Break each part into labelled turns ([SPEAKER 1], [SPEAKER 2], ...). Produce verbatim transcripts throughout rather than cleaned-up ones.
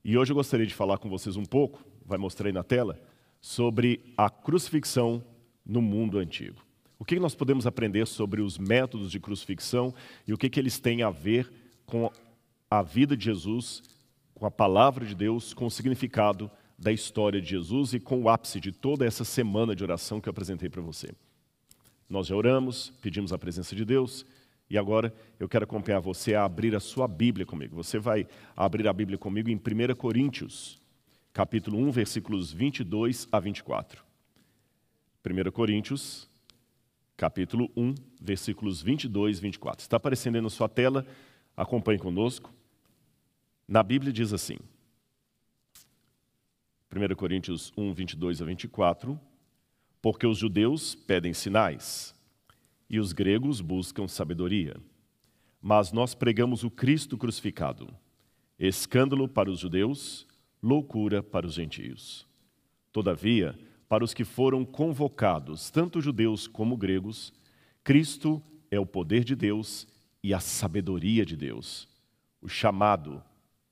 [SPEAKER 1] E hoje eu gostaria de falar com vocês um pouco, vai mostrar aí na tela, sobre a crucifixão no mundo antigo. O que nós podemos aprender sobre os métodos de crucifixão e o que, que eles têm a ver com a vida de Jesus, com a palavra de Deus, com o significado da história de Jesus e com o ápice de toda essa semana de oração que eu apresentei para você. Nós já oramos, pedimos a presença de Deus e agora eu quero acompanhar você a abrir a sua Bíblia comigo. Você vai abrir a Bíblia comigo em primeira Coríntios, capítulo um, versículos vinte e dois a vinte e quatro. primeira Coríntios, capítulo um, versículos vinte e dois e vinte e quatro. Está aparecendo aí na sua tela, acompanhe conosco. Na Bíblia diz assim, primeira Coríntios um, vinte e dois a vinte e quatro, porque os judeus pedem sinais e os gregos buscam sabedoria, mas nós pregamos o Cristo crucificado, escândalo para os judeus, loucura para os gentios. Todavia, para os que foram convocados, tanto judeus como gregos, Cristo é o poder de Deus e a sabedoria de Deus, o chamado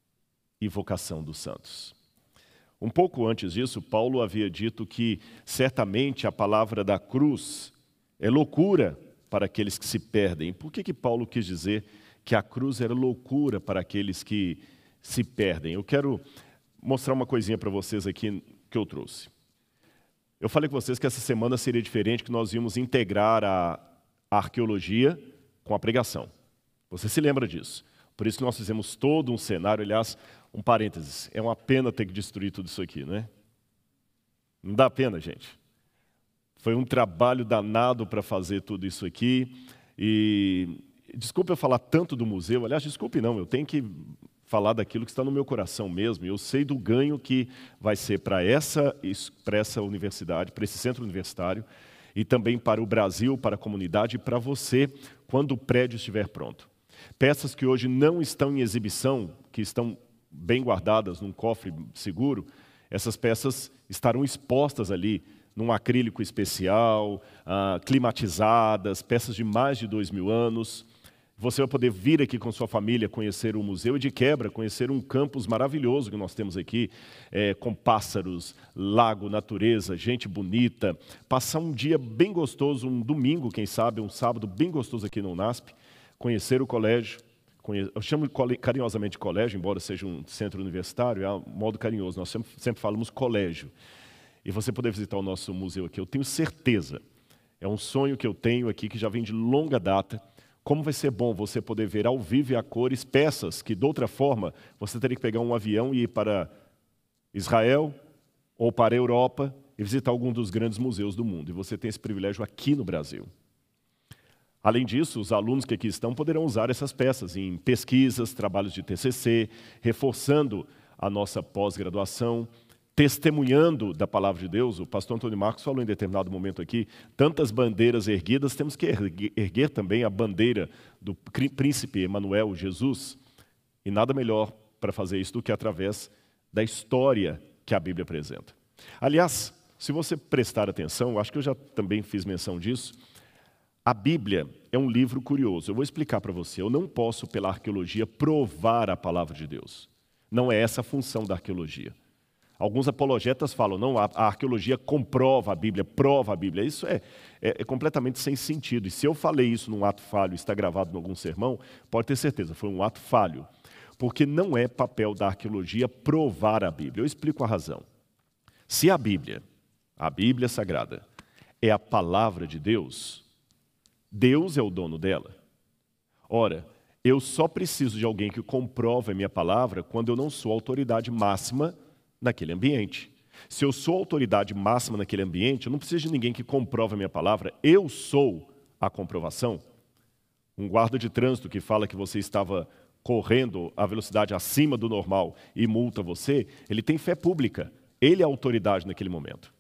[SPEAKER 1] e vocação dos santos. Um pouco antes disso, Paulo havia dito que certamente a palavra da cruz é loucura para aqueles que se perdem. Por que que Paulo quis dizer que a cruz era loucura para aqueles que se perdem? Eu quero mostrar uma coisinha para vocês aqui que eu trouxe. Eu falei com vocês que essa semana seria diferente, que nós íamos integrar a, a arqueologia com a pregação. Você se lembra disso? Por isso que nós fizemos todo um cenário, aliás, um parênteses, é uma pena ter que destruir tudo isso aqui, né? Não dá pena, gente. Foi um trabalho danado para fazer tudo isso aqui. E desculpe eu falar tanto do museu, aliás, desculpe não, eu tenho que falar daquilo que está no meu coração mesmo. Eu sei do ganho que vai ser para essa, para essa universidade, para esse centro universitário, e também para o Brasil, para a comunidade e para você, quando o prédio estiver pronto. Peças que hoje não estão em exibição, que estão bem guardadas num cofre seguro, essas peças estarão expostas ali num acrílico especial, ah, climatizadas, peças de mais de dois mil anos. Você vai poder vir aqui com sua família, conhecer o museu e de quebra, conhecer um campus maravilhoso que nós temos aqui, é, com pássaros, lago, natureza, gente bonita. Passar um dia bem gostoso, um domingo, quem sabe, um sábado bem gostoso aqui no UNASP, conhecer o colégio. Conhe... Eu chamo carinhosamente de colégio, embora seja um centro universitário, é um modo carinhoso, nós sempre, sempre falamos colégio. E você poder visitar o nosso museu aqui, eu tenho certeza, é um sonho que eu tenho aqui, que já vem de longa data. Como vai ser bom você poder ver ao vivo e a cores peças que, de outra forma, você teria que pegar um avião e ir para Israel ou para a Europa e visitar algum dos grandes museus do mundo. E você tem esse privilégio aqui no Brasil. Além disso, os alunos que aqui estão poderão usar essas peças em pesquisas, trabalhos de T C C, reforçando a nossa pós-graduação, testemunhando da palavra de Deus. O pastor Antônio Marcos falou em determinado momento aqui, tantas bandeiras erguidas, temos que erguer, erguer também a bandeira do príncipe Emanuel, Jesus. E nada melhor para fazer isso do que através da história que a Bíblia apresenta. Aliás, se você prestar atenção, acho que eu já também fiz menção disso, a Bíblia é um livro curioso. Eu vou explicar para você. Eu não posso, pela arqueologia, provar a palavra de Deus. Não é essa a função da arqueologia. Alguns apologetas falam, não, a, a arqueologia comprova a Bíblia, prova a Bíblia. Isso é, é, é completamente sem sentido. E se eu falei isso num ato falho, está gravado em algum sermão, pode ter certeza, foi um ato falho. Porque não é papel da arqueologia provar a Bíblia. Eu explico a razão. Se a Bíblia, a Bíblia Sagrada, é a palavra de Deus, Deus é o dono dela. Ora, eu só preciso de alguém que comprove a minha palavra quando eu não sou a autoridade máxima naquele ambiente. Se eu sou a autoridade máxima naquele ambiente, eu não preciso de ninguém que comprove a minha palavra, eu sou a comprovação. Um guarda de trânsito que fala que você estava correndo a velocidade acima do normal e multa você, ele tem fé pública, ele é a autoridade naquele momento.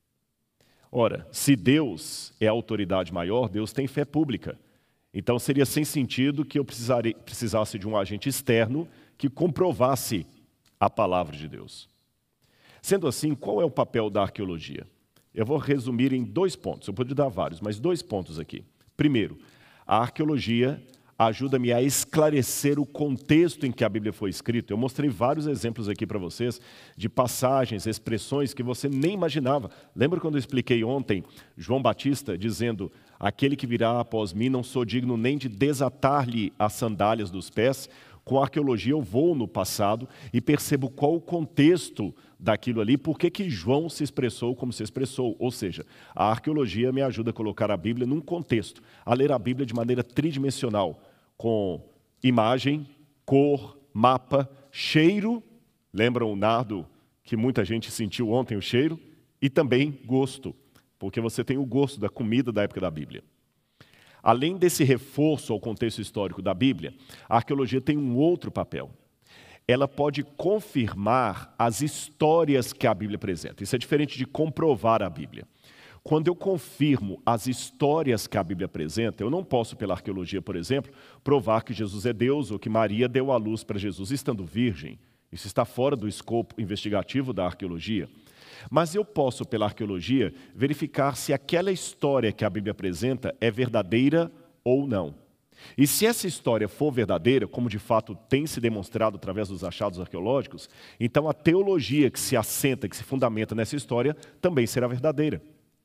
[SPEAKER 1] Ora, se Deus é a autoridade maior, Deus tem fé pública. Então seria sem sentido que eu precisasse de um agente externo que comprovasse a palavra de Deus. Sendo assim, qual é o papel da arqueologia? Eu vou resumir em dois pontos, eu poderia dar vários, mas dois pontos aqui. Primeiro, a arqueologia ajuda-me a esclarecer o contexto em que a Bíblia foi escrita. Eu mostrei vários exemplos aqui para vocês de passagens, expressões que você nem imaginava. Lembra quando eu expliquei ontem João Batista dizendo: aquele que virá após mim não sou digno nem de desatar-lhe as sandálias dos pés? Com a arqueologia eu vou no passado e percebo qual o contexto daquilo ali, por que que João se expressou como se expressou. Ou seja, a arqueologia me ajuda a colocar a Bíblia num contexto, a ler a Bíblia de maneira tridimensional, com imagem, cor, mapa, cheiro, lembram o nardo que muita gente sentiu ontem, o cheiro, e também gosto, porque você tem o gosto da comida da época da Bíblia. Além desse reforço ao contexto histórico da Bíblia, a arqueologia tem um outro papel. Ela pode confirmar as histórias que a Bíblia apresenta. Isso é diferente de comprovar a Bíblia. Quando eu confirmo as histórias que a Bíblia apresenta, eu não posso, pela arqueologia, por exemplo, provar que Jesus é Deus ou que Maria deu à luz para Jesus estando virgem. Isso está fora do escopo investigativo da arqueologia. Mas eu posso, pela arqueologia, verificar se aquela história que a Bíblia apresenta é verdadeira ou não. E se essa história for verdadeira, como de fato tem se demonstrado através dos achados arqueológicos, então a teologia que se assenta, que se fundamenta nessa história, também será verdadeira.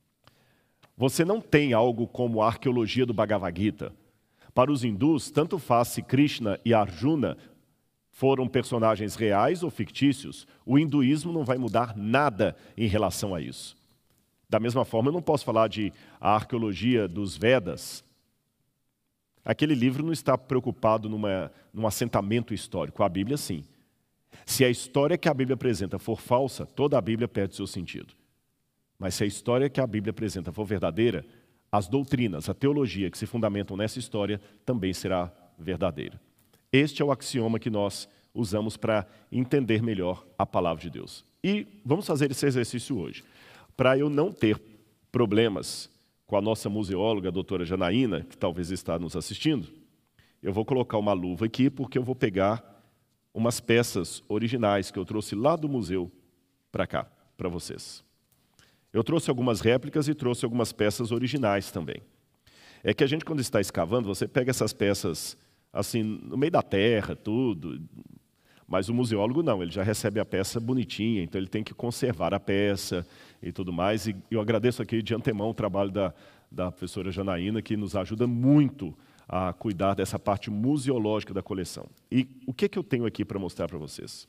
[SPEAKER 1] Você não tem algo como a arqueologia do Bhagavad Gita. Para os hindus, tanto faz se Krishna e Arjuna foram personagens reais ou fictícios, o hinduísmo não vai mudar nada em relação a isso. Da mesma forma, eu não posso falar de a arqueologia dos Vedas. Aquele livro não está preocupado numa, num assentamento histórico. A Bíblia, sim. Se a história que a Bíblia apresenta for falsa, toda a Bíblia perde seu sentido. Mas se a história que a Bíblia apresenta for verdadeira, as doutrinas, a teologia que se fundamentam nessa história também será verdadeira. Este é o axioma que nós usamos para entender melhor a palavra de Deus. E vamos fazer esse exercício hoje. Para eu não ter problemas com a nossa museóloga, a doutora Janaína, que talvez está nos assistindo, eu vou colocar uma luva aqui, porque eu vou pegar umas peças originais que eu trouxe lá do museu para cá, para vocês. Eu trouxe algumas réplicas e trouxe algumas peças originais também. É que a gente, quando está escavando, você pega essas peças assim, no meio da terra, tudo, mas o museólogo não, ele já recebe a peça bonitinha, então ele tem que conservar a peça e tudo mais, e eu agradeço aqui de antemão o trabalho da, da professora Janaína, que nos ajuda muito a cuidar dessa parte museológica da coleção. E o que, que eu tenho aqui para mostrar para vocês?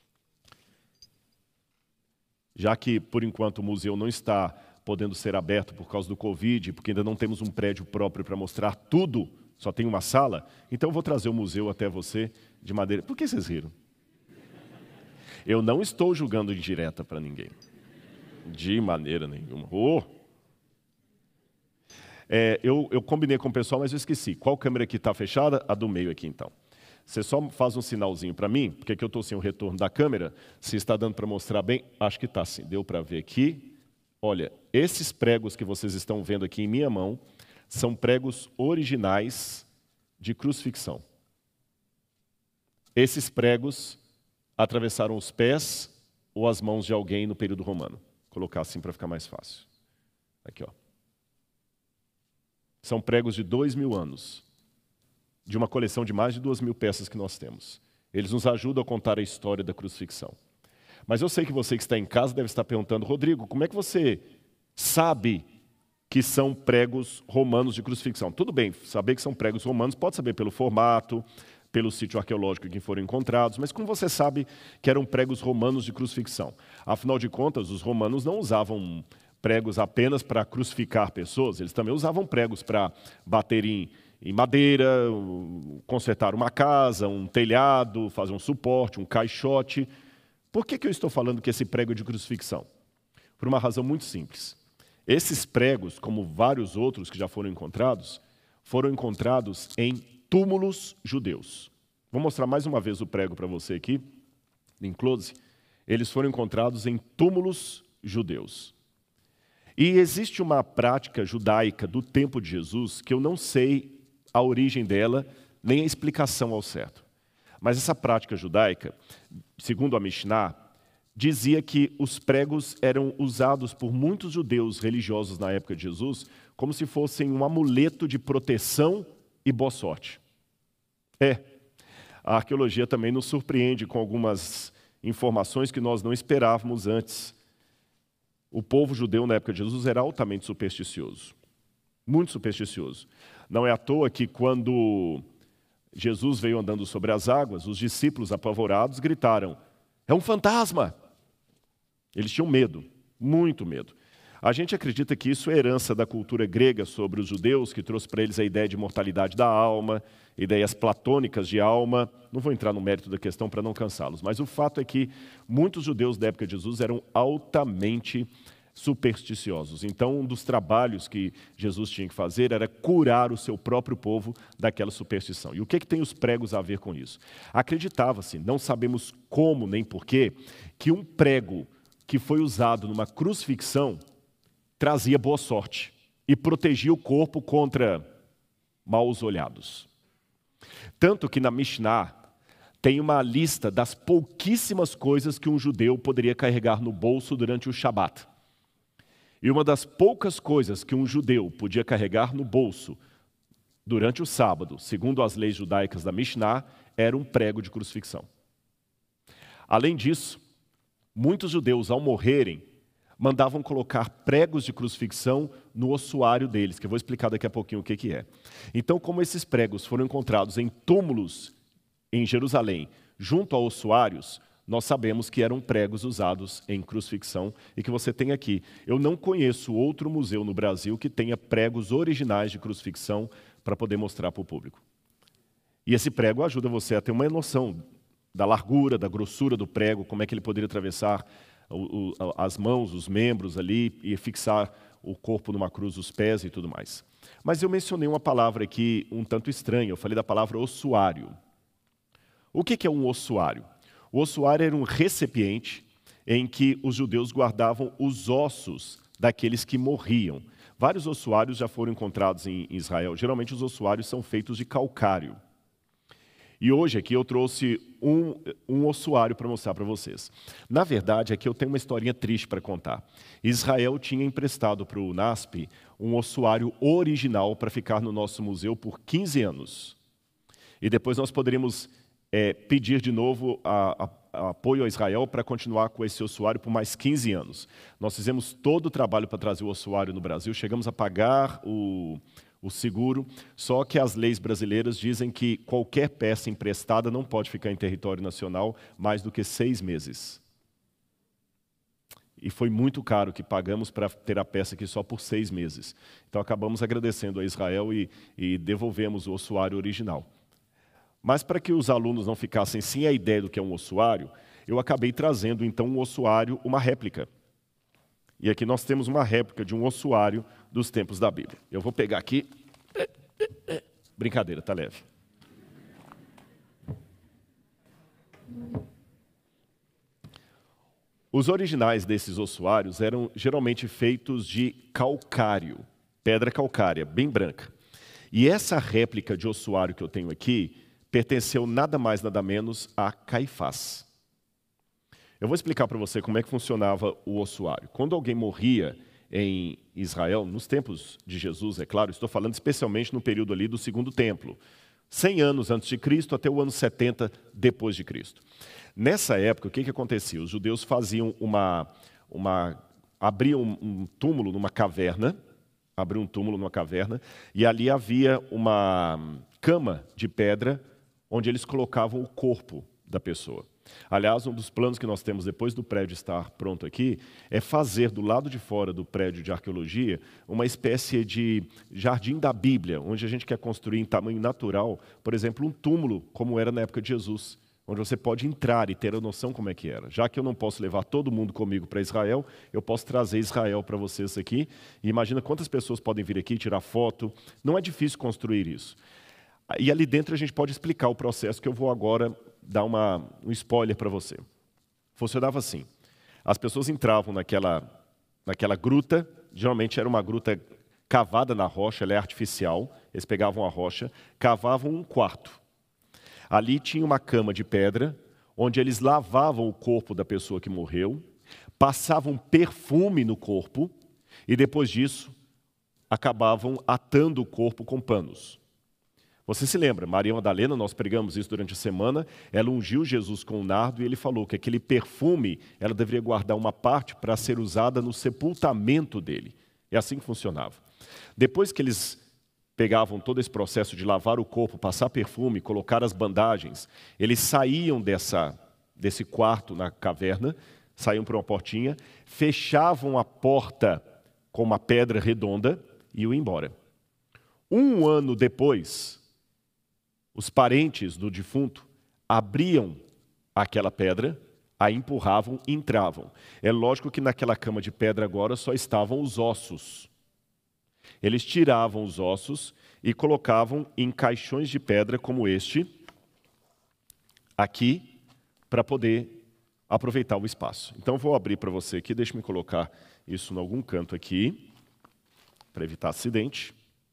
[SPEAKER 1] Já que, por enquanto, o museu não está podendo ser aberto por causa do Covid, porque ainda não temos um prédio próprio para mostrar tudo, só tem uma sala, então eu vou trazer o museu até você de maneira... Por que vocês riram? Eu não estou julgando indireta para ninguém. De maneira nenhuma. Oh. É, eu, eu combinei com o pessoal, mas eu esqueci. Qual câmera aqui está fechada? A do meio aqui, então. Você só faz um sinalzinho para mim, porque aqui eu estou sem o retorno da câmera. Se está dando para mostrar bem, acho que está sim. Deu para ver aqui. Olha, esses pregos que vocês estão vendo aqui em minha mão são pregos originais de crucifixão. Esses pregos atravessaram os pés ou as mãos de alguém no período romano. Vou colocar assim para ficar mais fácil. Aqui, ó. São pregos de dois mil anos, de uma coleção de mais de duas mil peças que nós temos. Eles nos ajudam a contar a história da crucifixão. Mas eu sei que você que está em casa deve estar perguntando: Rodrigo, como é que você sabe que são pregos romanos de crucifixão? Tudo bem, saber que são pregos romanos, pode saber pelo formato, pelo sítio arqueológico em que foram encontrados, mas como você sabe que eram pregos romanos de crucifixão? Afinal de contas, os romanos não usavam pregos apenas para crucificar pessoas, eles também usavam pregos para bater em, em madeira, consertar uma casa, um telhado, fazer um suporte, um caixote. Por que que eu estou falando que esse prego é de crucifixão? Por uma razão muito simples. Esses pregos, como vários outros que já foram encontrados, foram encontrados em túmulos judeus. Vou mostrar mais uma vez o prego para você aqui, em close. Eles foram encontrados em túmulos judeus. E existe uma prática judaica do tempo de Jesus que eu não sei a origem dela, nem a explicação ao certo. Mas essa prática judaica, segundo a Mishnah, dizia que os pregos eram usados por muitos judeus religiosos na época de Jesus como se fossem um amuleto de proteção e boa sorte. É, a arqueologia também nos surpreende com algumas informações que nós não esperávamos antes. O povo judeu na época de Jesus era altamente supersticioso, muito supersticioso. Não é à toa que quando Jesus veio andando sobre as águas, os discípulos apavorados gritaram: "É um fantasma!" Eles tinham medo, muito medo. A gente acredita que isso é herança da cultura grega sobre os judeus, que trouxe para eles a ideia de mortalidade da alma, ideias platônicas de alma. Não vou entrar no mérito da questão para não cansá-los, mas o fato é que muitos judeus da época de Jesus eram altamente supersticiosos. Então, um dos trabalhos que Jesus tinha que fazer era curar o seu próprio povo daquela superstição. E o que, que tem os pregos a ver com isso? Acreditava-se, não sabemos como nem porquê, que um prego que foi usado numa crucifixão trazia boa sorte e protegia o corpo contra maus olhados. Tanto que na Mishnah tem uma lista das pouquíssimas coisas que um judeu poderia carregar no bolso durante o Shabat. E uma das poucas coisas que um judeu podia carregar no bolso durante o sábado, segundo as leis judaicas da Mishnah, era um prego de crucifixão. Além disso, muitos judeus, ao morrerem, mandavam colocar pregos de crucifixão no ossuário deles, que eu vou explicar daqui a pouquinho o que, que é. Então, como esses pregos foram encontrados em túmulos em Jerusalém, junto a ossuários, nós sabemos que eram pregos usados em crucifixão e que você tem aqui. Eu não conheço outro museu no Brasil que tenha pregos originais de crucifixão para poder mostrar para o público. E esse prego ajuda você a ter uma noção da largura, da grossura do prego, como é que ele poderia atravessar o, o, as mãos, os membros ali e fixar o corpo numa cruz, os pés e tudo mais. Mas eu mencionei uma palavra aqui um tanto estranha, eu falei da palavra ossuário. O que, que é um ossuário? O ossuário era um recipiente em que os judeus guardavam os ossos daqueles que morriam. Vários ossuários já foram encontrados em Israel. Geralmente os ossuários são feitos de calcário. E hoje aqui eu trouxe um, um ossuário para mostrar para vocês. Na verdade, aqui eu tenho uma historinha triste para contar. Israel tinha emprestado para o NASP um ossuário original para ficar no nosso museu por quinze anos. E depois nós poderíamos é, pedir de novo a, a, a apoio a Israel para continuar com esse ossuário por mais quinze anos. Nós fizemos todo o trabalho para trazer o ossuário no Brasil, chegamos a pagar o... o seguro, só que as leis brasileiras dizem que qualquer peça emprestada não pode ficar em território nacional mais do que seis meses. E foi muito caro que pagamos para ter a peça aqui só por seis meses. Então acabamos agradecendo a Israel e, e devolvemos o ossuário original. Mas para que os alunos não ficassem sem a ideia do que é um ossuário, eu acabei trazendo então um ossuário, uma réplica. E aqui nós temos uma réplica de um ossuário dos tempos da Bíblia. Eu vou pegar aqui. Brincadeira, tá leve. Os originais desses ossuários eram geralmente feitos de calcário, pedra calcária, bem branca. E essa réplica de ossuário que eu tenho aqui pertenceu nada mais, nada menos a Caifás. Eu vou explicar para você como é que funcionava o ossuário. Quando alguém morria em Israel, nos tempos de Jesus, é claro, estou falando especialmente no período ali do Segundo Templo, cem anos antes de Cristo até o ano setenta depois de Cristo. Nessa época, o que, que acontecia? Os judeus faziam uma, uma abriam um túmulo numa caverna, abriam um túmulo numa caverna, e ali havia uma cama de pedra onde eles colocavam o corpo da pessoa. Aliás, um dos planos que nós temos depois do prédio estar pronto aqui é fazer do lado de fora do prédio de arqueologia uma espécie de jardim da Bíblia, onde a gente quer construir em tamanho natural, por exemplo, um túmulo como era na época de Jesus, onde você pode entrar e ter a noção como é que era. Já que eu não posso levar todo mundo comigo para Israel, eu posso trazer Israel para vocês aqui. E imagina quantas pessoas podem vir aqui tirar foto. Não é difícil construir isso. E ali dentro a gente pode explicar o processo que eu vou agora dar uma, um spoiler para você. Funcionava assim. As pessoas entravam naquela, naquela gruta, geralmente era uma gruta cavada na rocha, ela é artificial, eles pegavam a rocha, cavavam um quarto. Ali tinha uma cama de pedra, onde eles lavavam o corpo da pessoa que morreu, passavam perfume no corpo e depois disso acabavam atando o corpo com panos. Você se lembra, Maria Madalena, nós pregamos isso durante a semana, ela ungiu Jesus com o nardo e ele falou que aquele perfume, ela deveria guardar uma parte para ser usada no sepultamento dele. É assim que funcionava. Depois que eles pegavam todo esse processo de lavar o corpo, passar perfume, colocar as bandagens, eles saíam dessa, desse quarto na caverna, saíam por uma portinha, fechavam a porta com uma pedra redonda e iam embora. Um ano depois, os parentes do defunto abriam aquela pedra, a empurravam e entravam. É lógico que naquela cama de pedra agora só estavam os ossos. Eles tiravam os ossos e colocavam em caixões de pedra como este, aqui, para poder aproveitar o espaço. Então, vou abrir para você aqui, deixa-me colocar isso em algum canto aqui, para evitar acidente.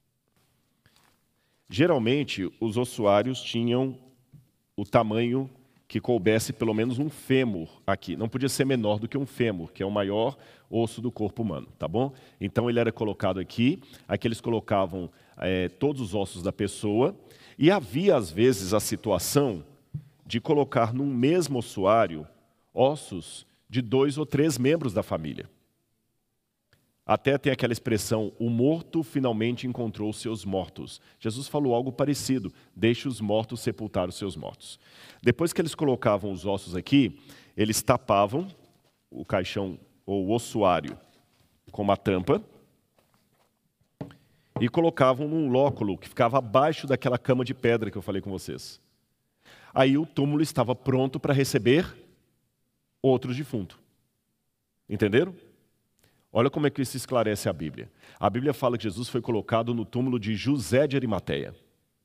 [SPEAKER 1] Geralmente, os ossuários tinham o tamanho que coubesse pelo menos um fêmur aqui. Não podia ser menor do que um fêmur, que é o maior osso do corpo humano, tá bom? Então, ele era colocado aqui, aqui eles colocavam é, todos os ossos da pessoa, e havia, às vezes, a situação de colocar num mesmo ossuário ossos de dois ou três membros da família. Até tem aquela expressão, o morto finalmente encontrou seus mortos. Jesus falou algo parecido, deixe os mortos sepultar os seus mortos. Depois que eles colocavam os ossos aqui, eles tapavam o caixão ou o ossuário com uma tampa e colocavam num lóculo que ficava abaixo daquela cama de pedra que eu falei com vocês. Aí o túmulo estava pronto para receber outro defunto. Entenderam? Olha como é que isso esclarece a Bíblia. A Bíblia fala que Jesus foi colocado no túmulo de José de Arimateia.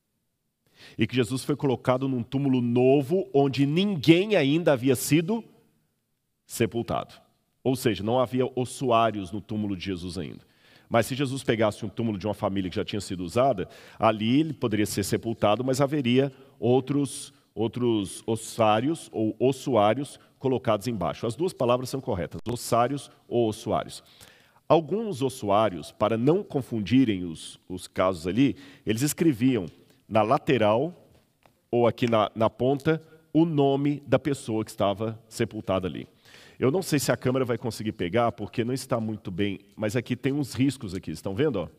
[SPEAKER 1] E que Jesus foi colocado num túmulo novo, onde ninguém ainda havia sido sepultado. Ou seja, não havia ossuários no túmulo de Jesus ainda. Mas se Jesus pegasse um túmulo de uma família que já tinha sido usada, ali ele poderia ser sepultado, mas haveria outros, outros ossários ou ossuários colocados embaixo. As duas palavras são corretas, ossários ou ossuários. Alguns ossuários, para não confundirem os, os casos ali, eles escreviam na lateral ou aqui na, na ponta o nome da pessoa que estava sepultada ali. Eu não sei se a câmera vai conseguir pegar, porque não está muito bem, mas aqui tem uns riscos aqui, estão vendo? Ó?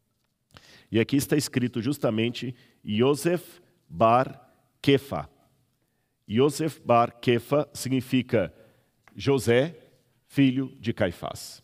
[SPEAKER 1] E aqui está escrito justamente Yosef bar Kefa. Yosef bar Kefa significa José, filho de Caifás.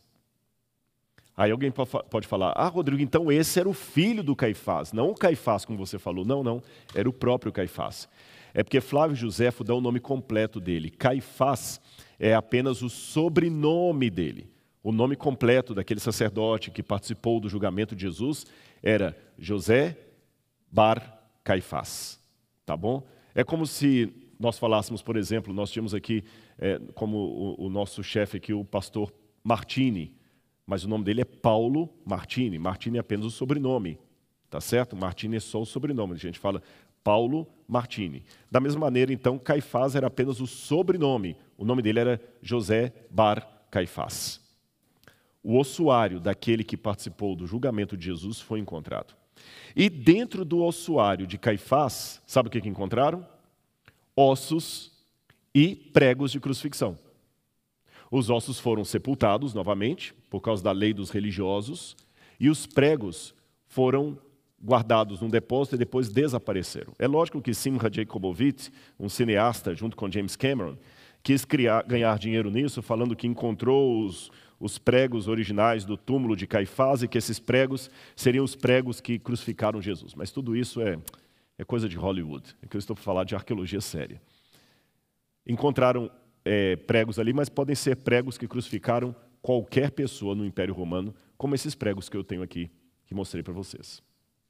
[SPEAKER 1] Aí alguém pode falar, ah, Rodrigo, então esse era o filho do Caifás, não o Caifás, como você falou. Não, não, era o próprio Caifás. É porque Flávio Josefo dá o nome completo dele. Caifás é apenas o sobrenome dele. O nome completo daquele sacerdote que participou do julgamento de Jesus era José bar Caifás. Tá bom? É como se nós falássemos, por exemplo, nós tínhamos aqui é, como o, o nosso chefe aqui, o pastor Martini, mas o nome dele é Paulo Martini. Martini é apenas o sobrenome, tá certo? Martini é só o sobrenome, a gente fala Paulo Martini. Da mesma maneira, então, Caifás era apenas o sobrenome, o nome dele era José bar Caifás. O ossuário daquele que participou do julgamento de Jesus foi encontrado. E dentro do ossuário de Caifás, sabe o que, que encontraram? Ossos e pregos de crucifixão. Os ossos foram sepultados novamente, por causa da lei dos religiosos, e os pregos foram guardados num depósito e depois desapareceram. É lógico que Simcha Jacobowitz, um cineasta, junto com James Cameron, quis criar, ganhar dinheiro nisso, falando que encontrou os, os pregos originais do túmulo de Caifás e que esses pregos seriam os pregos que crucificaram Jesus. Mas tudo isso é... É coisa de Hollywood, é que eu estou para falar de arqueologia séria. Encontraram é, pregos ali, mas podem ser pregos que crucificaram qualquer pessoa no Império Romano, como esses pregos que eu tenho aqui, que mostrei para vocês.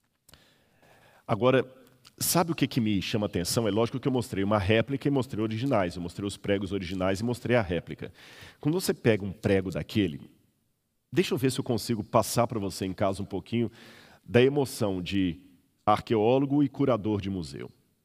[SPEAKER 1] Agora, sabe o que, que me chama a atenção? É lógico que eu mostrei uma réplica e mostrei originais. Eu mostrei os pregos originais e mostrei a réplica. Quando você pega um prego daquele, deixa eu ver se eu consigo passar para você em casa um pouquinho da emoção de arqueólogo e curador de museu.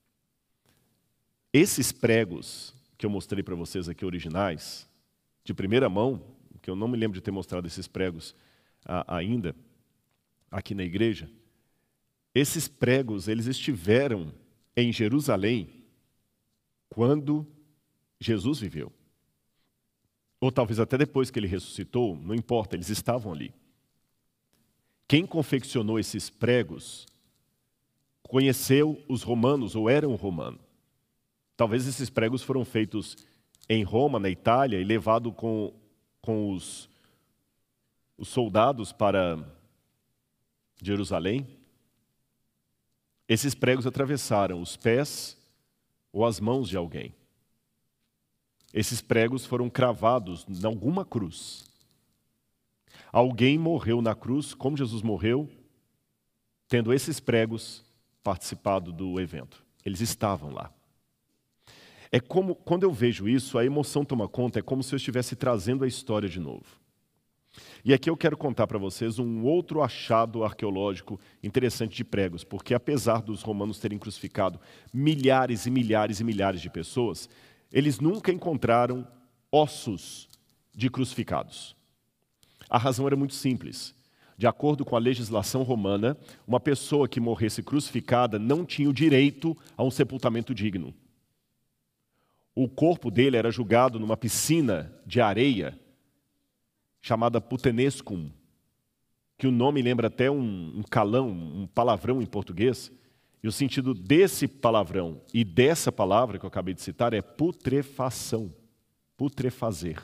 [SPEAKER 1] Esses pregos que eu mostrei para vocês aqui originais, de primeira mão, que eu não me lembro de ter mostrado esses pregos ah, ainda, aqui na igreja, esses pregos, eles estiveram em Jerusalém quando Jesus viveu. Ou talvez até depois que ele ressuscitou, não importa, eles estavam ali. Quem confeccionou esses pregos conheceu os romanos ou era um romano. Talvez esses pregos foram feitos em Roma, na Itália, e levados com, com os, os soldados para Jerusalém. Esses pregos atravessaram os pés ou as mãos de alguém. Esses pregos foram cravados em alguma cruz. Alguém morreu na cruz, como Jesus morreu, tendo esses pregos participado do evento. Eles estavam lá. É como, quando eu vejo isso, a emoção toma conta, é como se eu estivesse trazendo a história de novo. E aqui eu quero contar para vocês um outro achado arqueológico interessante de pregos, porque apesar dos romanos terem crucificado milhares e milhares e milhares de pessoas, eles nunca encontraram ossos de crucificados. A razão era muito simples. De acordo com a legislação romana, uma pessoa que morresse crucificada não tinha o direito a um sepultamento digno. O corpo dele era jogado numa piscina de areia, chamada putenescum, que o nome lembra até um, um calão, um palavrão em português, e o sentido desse palavrão e dessa palavra que eu acabei de citar é putrefação, putrefazer.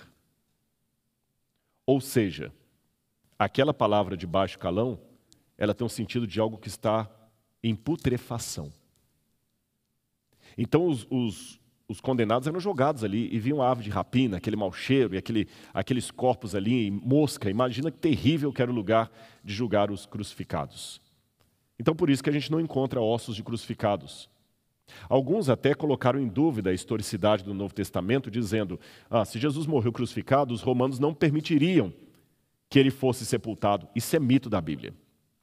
[SPEAKER 1] Ou seja, aquela palavra de baixo calão, ela tem um sentido de algo que está em putrefação. Então os, os, os condenados eram jogados ali e viam a ave de rapina, aquele mau cheiro e aquele, aqueles corpos ali, mosca. Imagina que terrível que era o lugar de julgar os crucificados. Então por isso que a gente não encontra ossos de crucificados. Alguns até colocaram em dúvida a historicidade do Novo Testamento, dizendo, ah, se Jesus morreu crucificado, os romanos não permitiriam que ele fosse sepultado. Isso é mito da Bíblia.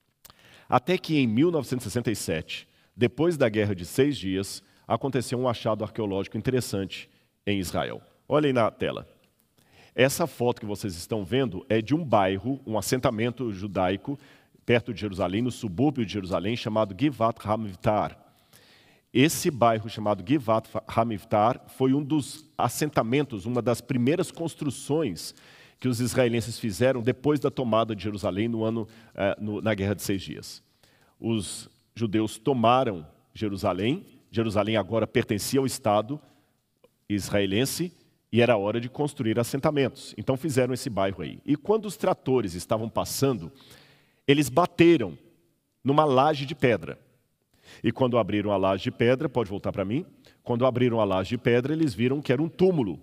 [SPEAKER 1] Até que em mil novecentos e sessenta e sete, depois da Guerra de Seis Dias, aconteceu um achado arqueológico interessante em Israel. Olha aí na tela. Essa foto que vocês estão vendo é de um bairro, um assentamento judaico, perto de Jerusalém, no subúrbio de Jerusalém, chamado Givat Hamivtar. Esse bairro chamado Givat Hamivtar foi um dos assentamentos, uma das primeiras construções que os israelenses fizeram depois da tomada de Jerusalém no ano, eh, no, na Guerra de Seis Dias. Os judeus tomaram Jerusalém, Jerusalém agora pertencia ao Estado israelense e era hora de construir assentamentos. Então fizeram esse bairro aí. E quando os tratores estavam passando, eles bateram numa laje de pedra. E quando abriram a laje de pedra, pode voltar para mim, quando abriram a laje de pedra, eles viram que era um túmulo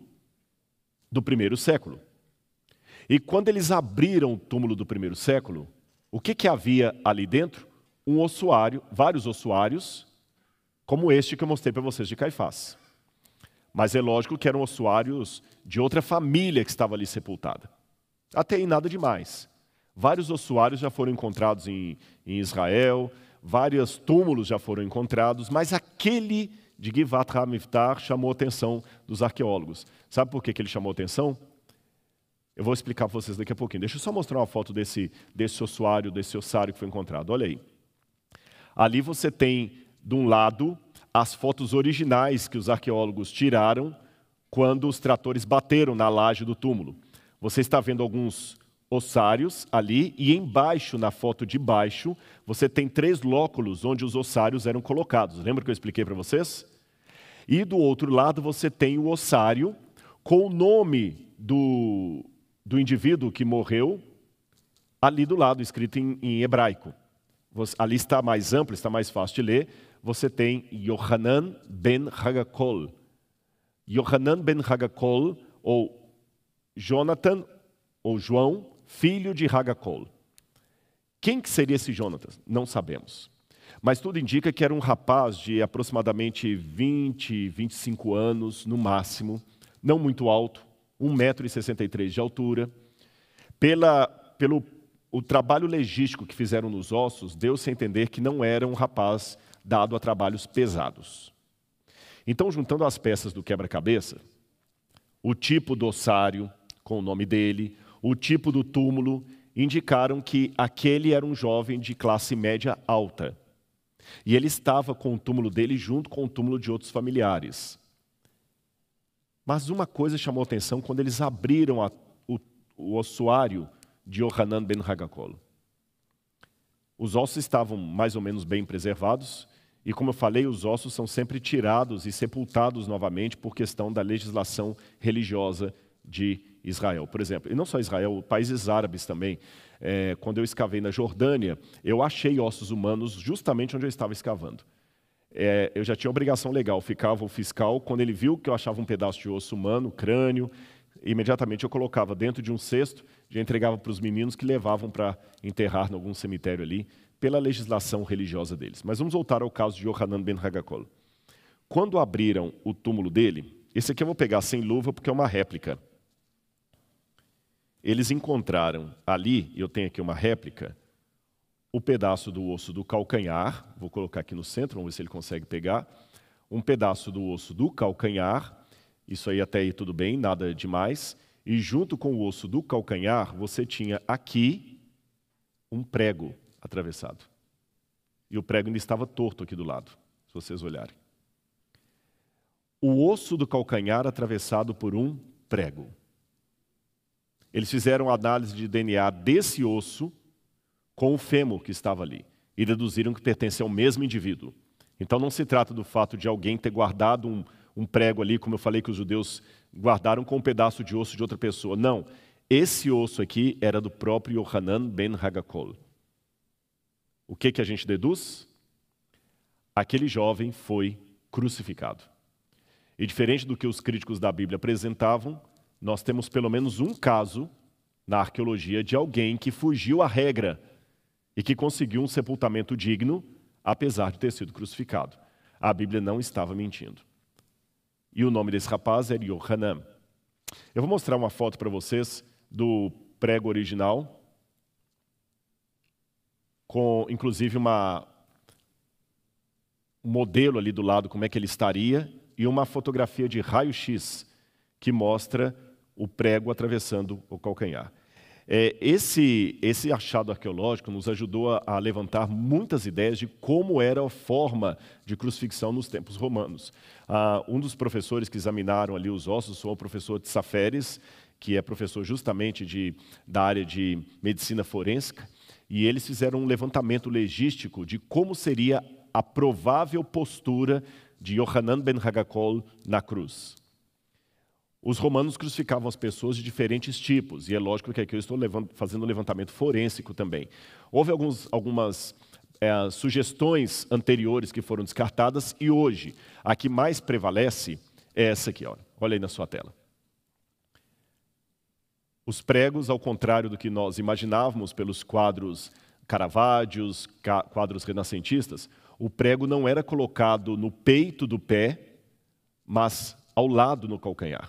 [SPEAKER 1] do primeiro século. E quando eles abriram o túmulo do primeiro século, o que, que havia ali dentro? Um ossuário, vários ossuários, como este que eu mostrei para vocês de Caifás. Mas é lógico que eram ossuários de outra família que estava ali sepultada. Até aí nada demais. Vários ossuários já foram encontrados em, em Israel, vários túmulos já foram encontrados, mas aquele de Givat Hamivtar chamou a atenção dos arqueólogos. Sabe por que, que ele chamou a atenção? Eu vou explicar para vocês daqui a pouquinho. Deixa eu só mostrar uma foto desse, desse ossuário, desse ossário que foi encontrado. Olha aí. Ali você tem, de um lado, as fotos originais que os arqueólogos tiraram quando os tratores bateram na laje do túmulo. Você está vendo alguns ossários ali e embaixo, na foto de baixo, você tem três lóculos onde os ossários eram colocados. Lembra que eu expliquei para vocês? E do outro lado você tem o ossário com o nome do, do indivíduo que morreu ali do lado, escrito em, em hebraico. Você, ali está mais amplo, está mais fácil de ler. Você tem Yohanan ben Hagakol. Yohanan ben Hagakol, ou Jonathan, ou João, filho de Hagakol. Quem que seria esse Jonatas? Não sabemos. Mas tudo indica que era um rapaz de aproximadamente vinte, vinte e cinco anos, no máximo, não muito alto, um metro e sessenta e três de altura. Pela, pelo o trabalho legístico que fizeram nos ossos, deu-se a entender que não era um rapaz dado a trabalhos pesados. Então, juntando as peças do quebra-cabeça, o tipo do ossário, com o nome dele, o tipo do túmulo, indicaram que aquele era um jovem de classe média alta. E ele estava com o túmulo dele junto com o túmulo de outros familiares. Mas uma coisa chamou a atenção quando eles abriram a, o, o ossuário de Yohanan ben Hagakol. Os ossos estavam mais ou menos bem preservados, e como eu falei, os ossos são sempre tirados e sepultados novamente por questão da legislação religiosa de Israel. Por exemplo, e não só Israel, países árabes também. É, quando eu escavei na Jordânia, eu achei ossos humanos justamente onde eu estava escavando. É, eu já tinha obrigação legal, ficava o fiscal, quando ele viu que eu achava um pedaço de osso humano, crânio, imediatamente eu colocava dentro de um cesto, já entregava para os meninos que levavam para enterrar em algum cemitério ali, pela legislação religiosa deles. Mas vamos voltar ao caso de Yohanan ben Hagakol. Quando abriram o túmulo dele, esse aqui eu vou pegar sem luva porque é uma réplica. Eles encontraram ali, eu tenho aqui uma réplica, o pedaço do osso do calcanhar, vou colocar aqui no centro, vamos ver se ele consegue pegar, um pedaço do osso do calcanhar, isso aí até aí tudo bem, nada demais, e junto com o osso do calcanhar, você tinha aqui um prego atravessado. E o prego ainda estava torto aqui do lado, se vocês olharem. O osso do calcanhar atravessado por um prego. Eles fizeram a análise de D N A desse osso com o fêmur que estava ali e deduziram que pertence ao mesmo indivíduo. Então não se trata do fato de alguém ter guardado um, um prego ali, como eu falei que os judeus guardaram com um pedaço de osso de outra pessoa. Não, esse osso aqui era do próprio Yohanan ben Hagakol. O que, que a gente deduz? Aquele jovem foi crucificado. E diferente do que os críticos da Bíblia apresentavam, nós temos pelo menos um caso na arqueologia de alguém que fugiu à regra e que conseguiu um sepultamento digno, apesar de ter sido crucificado. A Bíblia não estava mentindo. E o nome desse rapaz era Yohanan. Eu vou mostrar uma foto para vocês do prego original, com inclusive uma, um modelo ali do lado, como é que ele estaria, e uma fotografia de raio-x que mostra o prego atravessando o calcanhar. É, esse, esse achado arqueológico nos ajudou a, a levantar muitas ideias de como era a forma de crucifixão nos tempos romanos. Ah, um dos professores que examinaram ali os ossos foi o professor Tsaferes, que é professor justamente de, da área de medicina forense, e eles fizeram um levantamento legístico de como seria a provável postura de Yohanan ben Hagakol na cruz. Os romanos crucificavam as pessoas de diferentes tipos, e é lógico que aqui eu estou levando, fazendo um levantamento forênsico também. Houve alguns, algumas é, sugestões anteriores que foram descartadas, e hoje a que mais prevalece é essa aqui, ó. Olha aí na sua tela. Os pregos, ao contrário do que nós imaginávamos pelos quadros Caravaggios, quadros renascentistas, o prego não era colocado no peito do pé, mas ao lado no calcanhar.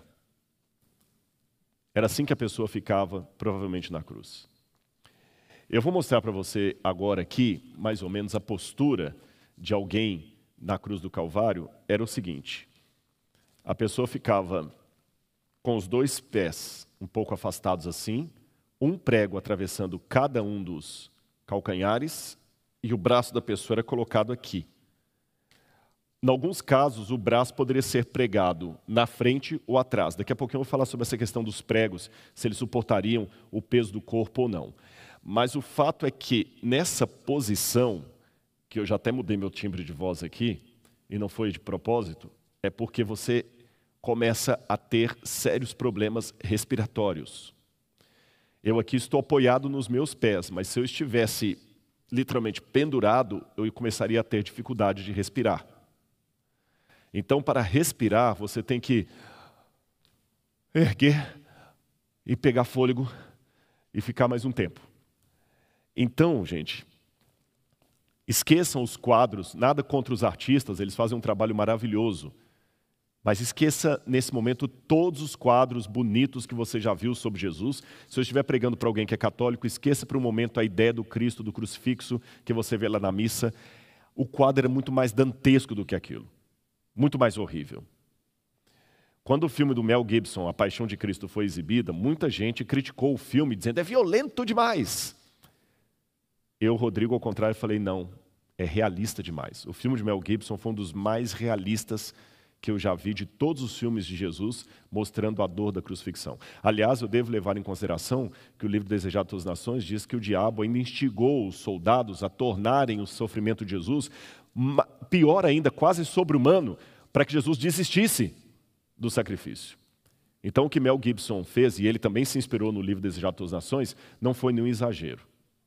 [SPEAKER 1] Era assim que a pessoa ficava, provavelmente, na cruz. Eu vou mostrar para você agora aqui, mais ou menos, a postura de alguém na cruz do Calvário. Era o seguinte: a pessoa ficava com os dois pés um pouco afastados assim, um prego atravessando cada um dos calcanhares, e o braço da pessoa era colocado aqui. Em alguns casos, o braço poderia ser pregado na frente ou atrás. Daqui a pouquinho eu vou falar sobre essa questão dos pregos, se eles suportariam o peso do corpo ou não. Mas o fato é que, nessa posição, que eu já até mudei meu timbre de voz aqui, e não foi de propósito, é porque você começa a ter sérios problemas respiratórios. Eu aqui estou apoiado nos meus pés, mas se eu estivesse literalmente pendurado, eu começaria a ter dificuldade de respirar. Então, para respirar, você tem que erguer e pegar fôlego e ficar mais um tempo. Então, gente, esqueçam os quadros, nada contra os artistas, eles fazem um trabalho maravilhoso. Mas esqueça, nesse momento, todos os quadros bonitos que você já viu sobre Jesus. Se eu estiver pregando para alguém que é católico, esqueça por um momento a ideia do Cristo, do crucifixo, que você vê lá na missa. O quadro era muito mais dantesco do que aquilo. Muito mais horrível. Quando o filme do Mel Gibson, A Paixão de Cristo, foi exibida, muita gente criticou o filme, dizendo, é violento demais. Eu, Rodrigo, ao contrário, falei, não. é realista demais. O filme de Mel Gibson foi um dos mais realistas que eu já vi de todos os filmes de Jesus, mostrando a dor da crucifixão. Aliás, eu devo levar em consideração que o livro Desejado de Todas as Nações diz que o diabo ainda instigou os soldados a tornarem o sofrimento de Jesus, pior ainda, quase sobre-humano, para que Jesus desistisse do sacrifício. Então, o que Mel Gibson fez, e ele também se inspirou no livro Desejado de Todas as Nações, não foi nenhum exagero.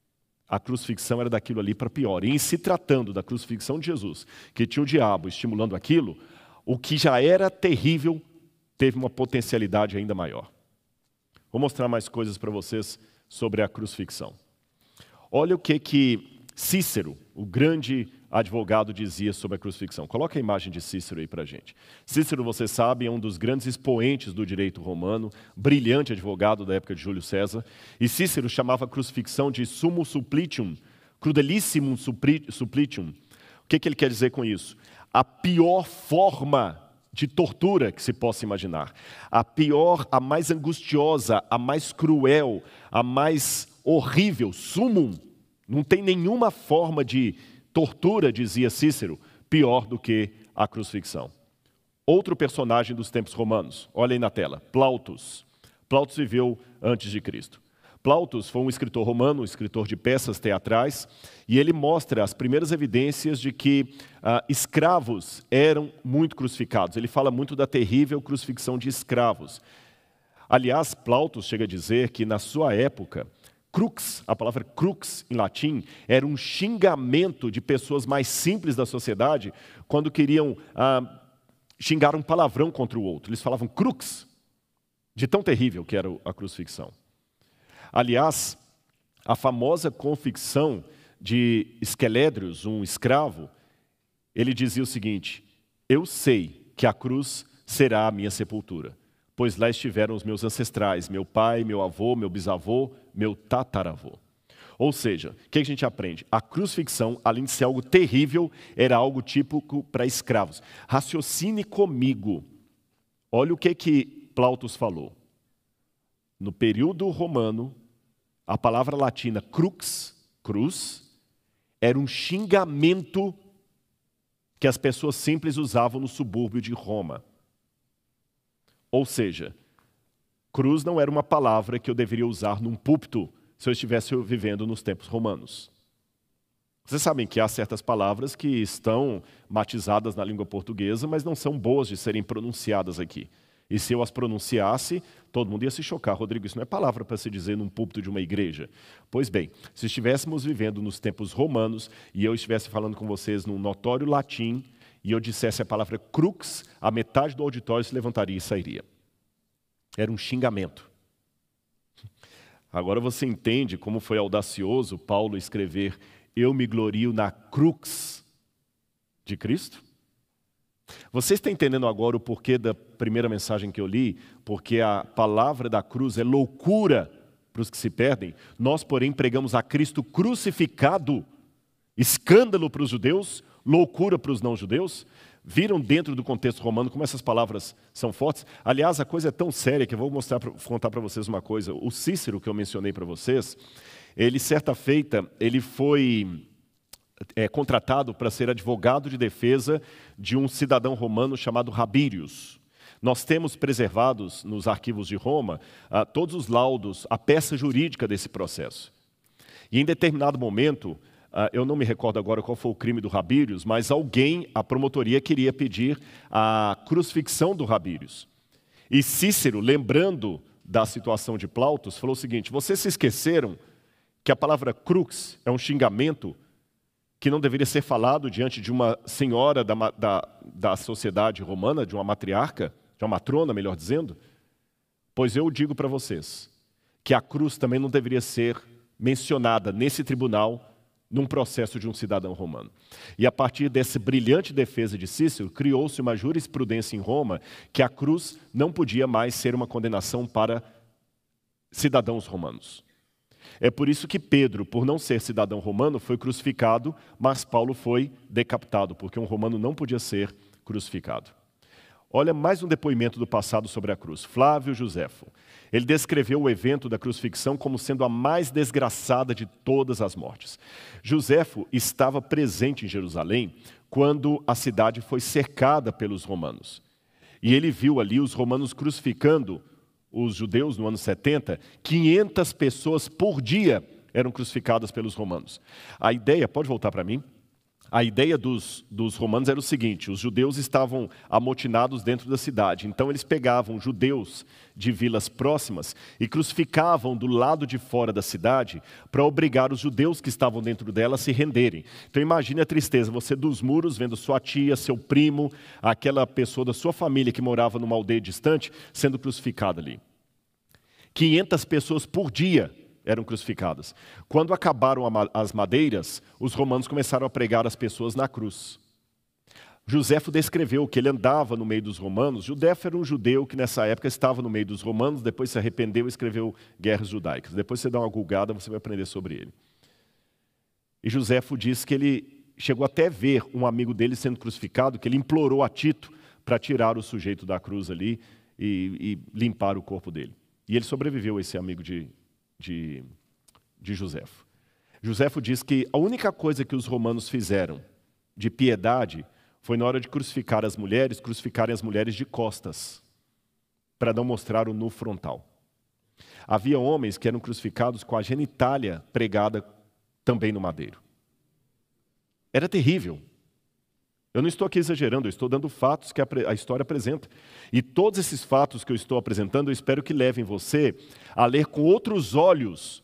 [SPEAKER 1] A crucifixão era daquilo ali para pior. E em se tratando da crucifixão de Jesus, que tinha o diabo estimulando aquilo, o que já era terrível teve uma potencialidade ainda maior. Vou mostrar mais coisas para vocês sobre a crucifixão. Olha o que que Cícero, o grande advogado, dizia sobre a crucifixão. Coloca a imagem de Cícero aí para a gente. Cícero, você sabe, é um dos grandes expoentes do direito romano, brilhante advogado da época de Júlio César. E Cícero chamava a crucifixão de summum supplicium, crudelissimum supplicium. O que que ele quer dizer com isso? A pior forma de tortura que se possa imaginar. A pior, a mais angustiosa, a mais cruel, a mais horrível, summum. Não tem nenhuma forma de tortura, dizia Cícero, pior do que a crucifixão. Outro personagem dos tempos romanos, olha aí na tela, Plautus. Plautus viveu antes de Cristo. Plautus foi um escritor romano, um escritor de peças teatrais, e ele mostra as primeiras evidências de que ah, escravos eram muito crucificados. Ele fala muito da terrível crucifixão de escravos. Aliás, Plautus chega a dizer que na sua época, crux, a palavra crux em latim, era um xingamento de pessoas mais simples da sociedade quando queriam ah, xingar um palavrão contra o outro. Eles falavam crux, de tão terrível que era a crucifixão. Aliás, a famosa confissão de Esquelédrios, um escravo, ele dizia o seguinte: eu sei que a cruz será a minha sepultura, pois lá estiveram os meus ancestrais, meu pai, meu avô, meu bisavô, meu tataravô. Ou seja, o que a gente aprende? A crucifixão, além de ser algo terrível, era algo típico para escravos. Raciocine comigo. Olha o que que Plautus falou. No período romano, a palavra latina crux, cruz, era um xingamento que as pessoas simples usavam no subúrbio de Roma. Ou seja, cruz não era uma palavra que eu deveria usar num púlpito se eu estivesse vivendo nos tempos romanos. Vocês sabem que há certas palavras que estão matizadas na língua portuguesa, mas não são boas de serem pronunciadas aqui. E se eu as pronunciasse, todo mundo ia se chocar. Rodrigo, isso não é palavra para se dizer num púlpito de uma igreja. Pois bem, se estivéssemos vivendo nos tempos romanos e eu estivesse falando com vocês num notório latim e eu dissesse a palavra crux, a metade do auditório se levantaria e sairia. Era um xingamento. Agora você entende como foi audacioso Paulo escrever: eu me glorio na crux de Cristo? Você está entendendo agora o porquê da primeira mensagem que eu li? Porque a palavra da cruz é loucura para os que se perdem. Nós, porém, pregamos a Cristo crucificado, escândalo para os judeus, loucura para os não-judeus. Viram dentro do contexto romano como essas palavras são fortes? Aliás, a coisa é tão séria que eu vou mostrar, contar para vocês uma coisa. O Cícero, que eu mencionei para vocês, ele, certa feita, ele foi é, contratado para ser advogado de defesa de um cidadão romano chamado Rabírius. Nós temos preservados nos arquivos de Roma ah, todos os laudos, a peça jurídica desse processo. E em determinado momento, ah, eu não me recordo agora qual foi o crime do Rabírius, mas alguém, a promotoria, queria pedir a crucifixão do Rabírius. E Cícero, lembrando da situação de Plautus, falou o seguinte: vocês se esqueceram que a palavra crux é um xingamento que não deveria ser falado diante de uma senhora da, da, da sociedade romana, de uma matriarca, de uma matrona, melhor dizendo? Pois eu digo para vocês que a cruz também não deveria ser mencionada nesse tribunal num processo de um cidadão romano. E a partir dessa brilhante defesa de Cícero, criou-se uma jurisprudência em Roma que a cruz não podia mais ser uma condenação para cidadãos romanos. É por isso que Pedro, por não ser cidadão romano, foi crucificado, mas Paulo foi decapitado, porque um romano não podia ser crucificado. Olha mais um depoimento do passado sobre a cruz. Flávio Joséfo. Ele descreveu o evento da crucifixão como sendo a mais desgraçada de todas as mortes. Joséfo estava presente em Jerusalém quando a cidade foi cercada pelos romanos. E ele viu ali os romanos crucificando os judeus no ano setenta, quinhentas pessoas por dia eram crucificadas pelos romanos. A ideia, pode voltar para mim? A ideia dos, dos romanos era o seguinte: os judeus estavam amotinados dentro da cidade, então eles pegavam judeus de vilas próximas e crucificavam do lado de fora da cidade para obrigar os judeus que estavam dentro dela a se renderem. Então imagine a tristeza, você dos muros vendo sua tia, seu primo, aquela pessoa da sua família que morava numa aldeia distante, sendo crucificada ali. quinhentas pessoas por dia eram crucificadas. Quando acabaram as madeiras, os romanos começaram a pregar as pessoas na cruz. Joséfo descreveu que ele andava no meio dos romanos. Joséfo era um judeu que nessa época estava no meio dos romanos, depois se arrependeu e escreveu Guerras Judaicas. Depois você dá uma gulgada, você vai aprender sobre ele. E Joséfo diz que ele chegou até ver um amigo dele sendo crucificado, que ele implorou a Tito para tirar o sujeito da cruz ali e, e limpar o corpo dele. E ele sobreviveu, esse amigo de De, de Joséfo. Joséfo diz que a única coisa que os romanos fizeram de piedade foi na hora de crucificar as mulheres, crucificarem as mulheres de costas, para não mostrar o nu frontal. Havia homens que eram crucificados com a genitália pregada também no madeiro. Era terrível. Eu não estou aqui exagerando, eu estou dando fatos que a história apresenta. E todos esses fatos que eu estou apresentando, eu espero que levem você a ler com outros olhos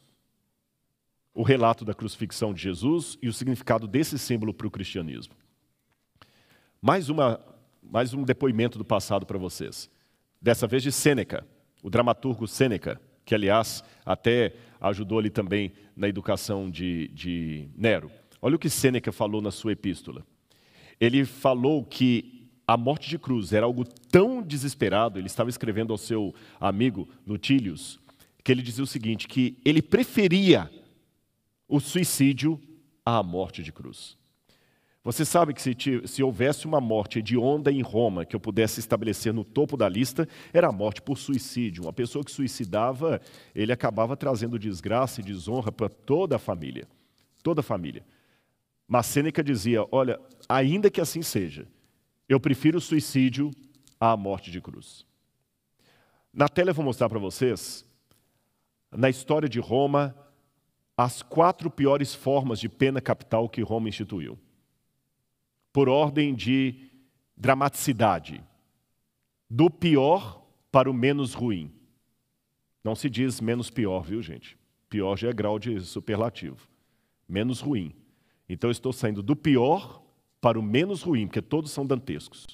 [SPEAKER 1] o relato da crucifixão de Jesus e o significado desse símbolo para o cristianismo. Mais, uma, mais um depoimento do passado para vocês. Dessa vez de Sêneca, o dramaturgo Sêneca, que aliás até ajudou ali também na educação de, de Nero. Olha o que Sêneca falou na sua epístola. Ele falou que a morte de cruz era algo tão desesperado, ele estava escrevendo ao seu amigo Nutílius, que ele dizia o seguinte, que ele preferia o suicídio à morte de cruz. Você sabe que se, se houvesse uma morte hedionda em Roma, que eu pudesse estabelecer no topo da lista, era a morte por suicídio. Uma pessoa que suicidava, ele acabava trazendo desgraça e desonra para toda a família. Toda a família. Mas Sêneca dizia, olha, ainda que assim seja, eu prefiro o suicídio à morte de cruz. Na tela eu vou mostrar para vocês, na história de Roma, as quatro piores formas de pena capital que Roma instituiu. Por ordem de dramaticidade. Do pior para o menos ruim. Não se diz menos pior, viu, gente? Pior já é grau de superlativo. Menos ruim. Então eu estou saindo do pior para o menos ruim, porque todos são dantescos.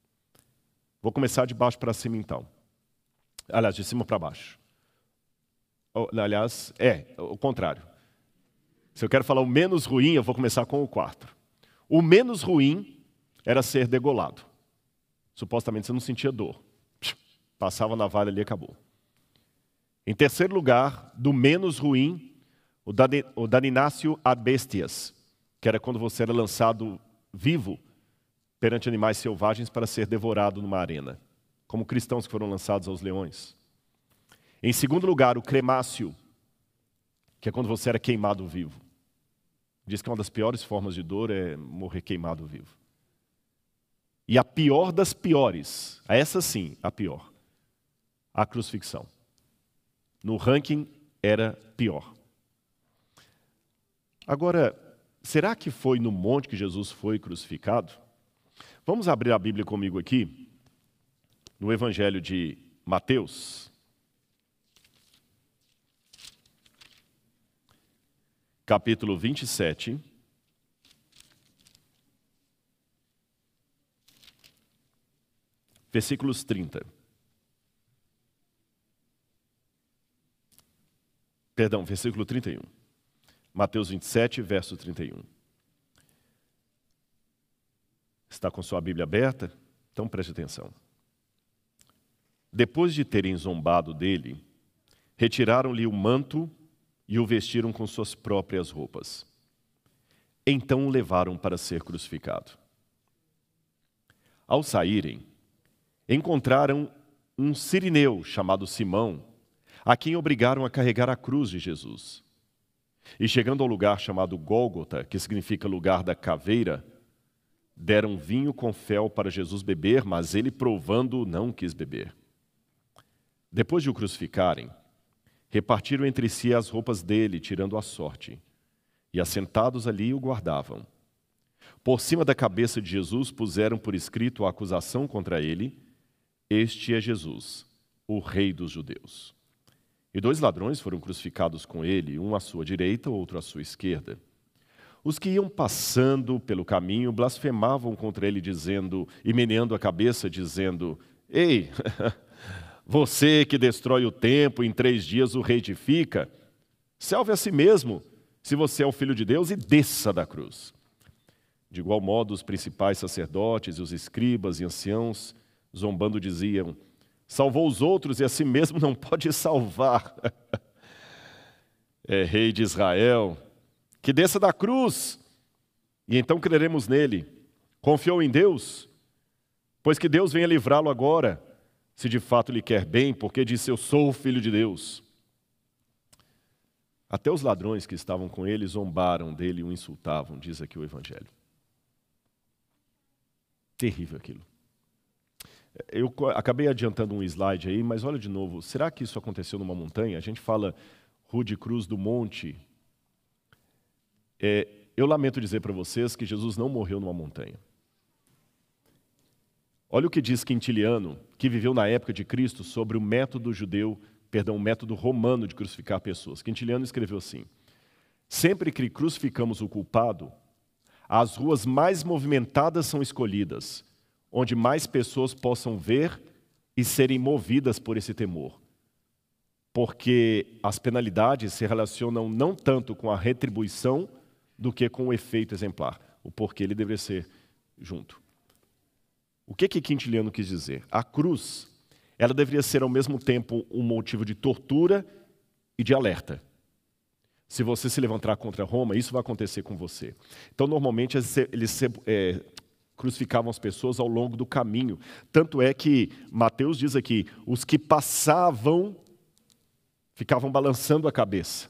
[SPEAKER 1] Vou começar de baixo para cima então. Aliás, de cima para baixo. Aliás, é, o contrário. Se eu quero falar o menos ruim, eu vou começar com o quarto. O menos ruim era ser degolado. Supostamente você não sentia dor. Passava na navalha ali e acabou. Em terceiro lugar, do menos ruim, o daninácio ad bestias, que era quando você era lançado vivo perante animais selvagens para ser devorado numa arena, como cristãos que foram lançados aos leões. Em segundo lugar, o cremácio, que é quando você era queimado vivo. Diz que uma das piores formas de dor é morrer queimado vivo. E a pior das piores, essa sim, a pior, a crucifixão. No ranking era pior. Agora, será que foi no monte que Jesus foi crucificado? Vamos abrir a Bíblia comigo aqui, no Evangelho de Mateus. Capítulo vinte e sete. Versículos trinta. Perdão, versículo trinta e um. Mateus vinte e sete, verso trinta e um. Está com sua Bíblia aberta? Então preste atenção. Depois de terem zombado dele, retiraram-lhe o manto e o vestiram com suas próprias roupas. Então o levaram para ser crucificado. Ao saírem, encontraram um sirineu chamado Simão, a quem obrigaram a carregar a cruz de Jesus. E chegando ao lugar chamado Gólgota, que significa lugar da caveira, deram vinho com fel para Jesus beber, mas ele, provando, não quis beber. Depois de o crucificarem, repartiram entre si as roupas dele, tirando a sorte, e assentados ali o guardavam. Por cima da cabeça de Jesus puseram por escrito a acusação contra ele: Este é Jesus, o Rei dos Judeus. E dois ladrões foram crucificados com ele, um à sua direita, outro à sua esquerda. Os que iam passando pelo caminho blasfemavam contra ele, dizendo, e meneando a cabeça, dizendo: Ei, você que destrói o templo, em três dias o reedifica, salve a si mesmo, se você é o Filho de Deus, e desça da cruz. De igual modo, os principais sacerdotes e os escribas e anciãos, zombando, diziam: Salvou os outros e a si mesmo não pode salvar. É rei de Israel, que desça da cruz, e então creremos nele. Confiou em Deus? Pois que Deus venha livrá-lo agora, se de fato lhe quer bem, porque disse: Eu sou o Filho de Deus. Até os ladrões que estavam com ele zombaram dele e o insultavam, diz aqui o Evangelho. Terrível aquilo. Eu acabei adiantando um slide aí, mas olha de novo, será que isso aconteceu numa montanha? A gente fala Rude Cruz do Monte. É, eu lamento dizer para vocês que Jesus não morreu numa montanha. Olha o que diz Quintiliano, que viveu na época de Cristo, sobre o método judeu, perdão, o método romano de crucificar pessoas. Quintiliano escreveu assim: Sempre que crucificamos o culpado, as ruas mais movimentadas são escolhidas, onde mais pessoas possam ver e serem movidas por esse temor. Porque as penalidades se relacionam não tanto com a retribuição do que com o efeito exemplar. O porquê ele deveria ser junto. O que que Quintiliano quis dizer? A cruz, ela deveria ser ao mesmo tempo um motivo de tortura e de alerta. Se você se levantar contra Roma, isso vai acontecer com você. Então, normalmente, eles é, crucificavam as pessoas ao longo do caminho. Tanto é que Mateus diz aqui, os que passavam ficavam balançando a cabeça.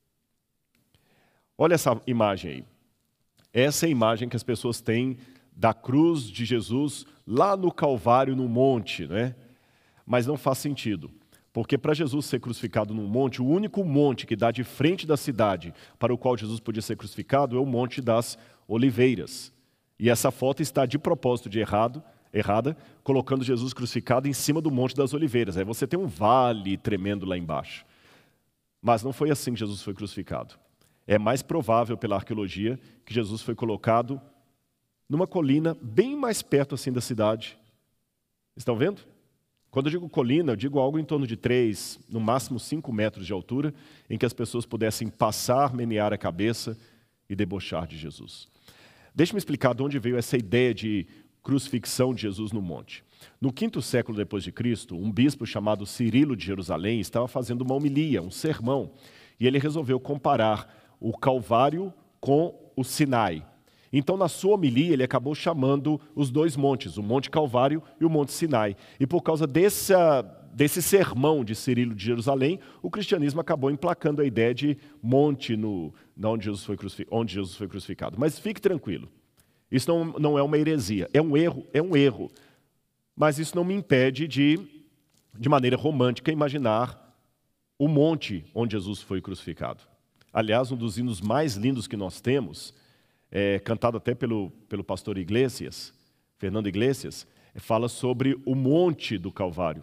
[SPEAKER 1] Olha essa imagem aí. Essa é a imagem que as pessoas têm da cruz de Jesus lá no Calvário, no monte, né? Mas não faz sentido. Porque para Jesus ser crucificado num monte, o único monte que dá de frente da cidade para o qual Jesus podia ser crucificado é o Monte das Oliveiras. E essa foto está de propósito de errado, errada, colocando Jesus crucificado em cima do Monte das Oliveiras. Aí você tem um vale tremendo lá embaixo. Mas não foi assim que Jesus foi crucificado. É mais provável pela arqueologia que Jesus foi colocado numa colina bem mais perto assim da cidade. Estão vendo? Quando eu digo colina, eu digo algo em torno de três, no máximo cinco metros de altura, em que as pessoas pudessem passar, menear a cabeça e debochar de Jesus. Deixe-me explicar de onde veio essa ideia de crucifixão de Jesus no monte. No quinto século depois de Cristo, um bispo chamado Cirilo de Jerusalém estava fazendo uma homilia, um sermão, e ele resolveu comparar o Calvário com o Sinai. Então, na sua homilia, ele acabou chamando os dois montes, o Monte Calvário e o Monte Sinai. E por causa dessa, desse sermão de Cirilo de Jerusalém, o cristianismo acabou emplacando a ideia de monte no, onde, Jesus foi onde Jesus foi crucificado. Mas fique tranquilo, isso não, não é uma heresia, é um erro, é um erro. Mas isso não me impede de, de maneira romântica, imaginar o monte onde Jesus foi crucificado. Aliás, um dos hinos mais lindos que nós temos, É, cantado até pelo, pelo pastor Iglesias, Fernando Iglesias, fala sobre o monte do Calvário.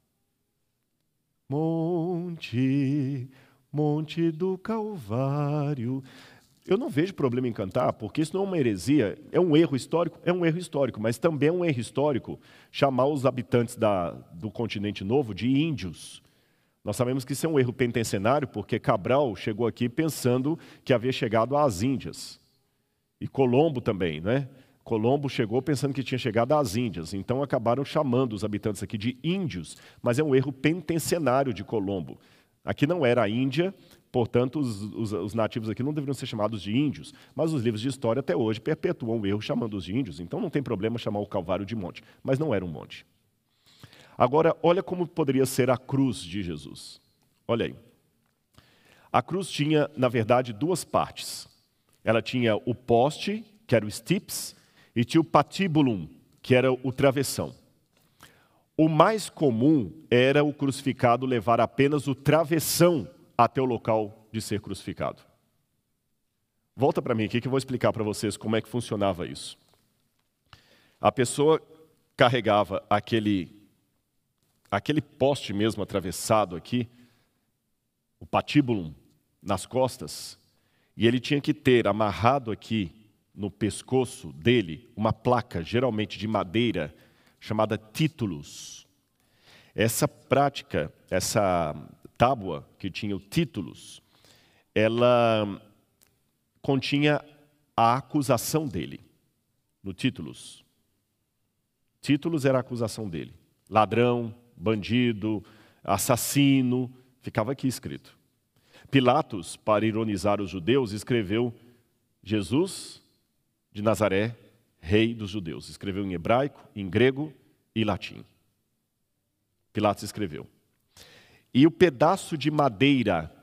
[SPEAKER 1] Monte, monte do Calvário. Eu não vejo problema em cantar, porque isso não é uma heresia, é um erro histórico, é um erro histórico, mas também é um erro histórico chamar os habitantes da, do continente novo de índios. Nós sabemos que isso é um erro penitencenário, porque Cabral chegou aqui pensando que havia chegado às Índias. E Colombo também, né? Colombo chegou pensando que tinha chegado às Índias, então acabaram chamando os habitantes aqui de índios, mas é um erro penitencenário de Colombo. Aqui não era a Índia, portanto, os, os, os nativos aqui não deveriam ser chamados de índios, mas os livros de história até hoje perpetuam o erro chamando-os de índios, então não tem problema chamar o Calvário de monte, mas não era um monte. Agora, olha como poderia ser a cruz de Jesus. Olha aí. A cruz tinha, na verdade, duas partes. Ela tinha o poste, que era o stips, e tinha o patibulum, que era o travessão. O mais comum era o crucificado levar apenas o travessão até o local de ser crucificado. Volta para mim aqui que eu vou explicar para vocês como é que funcionava isso. A pessoa carregava aquele, aquele poste mesmo atravessado aqui, o patibulum, nas costas, e ele tinha que ter amarrado aqui no pescoço dele uma placa, geralmente de madeira, chamada títulos. Essa prática, essa tábua que tinha o títulos, ela continha a acusação dele, no títulos. Títulos era a acusação dele. Ladrão, bandido, assassino, ficava aqui escrito. Pilatos, para ironizar os judeus, escreveu Jesus de Nazaré, rei dos judeus. Escreveu em hebraico, em grego e latim. Pilatos escreveu. E o pedaço de madeira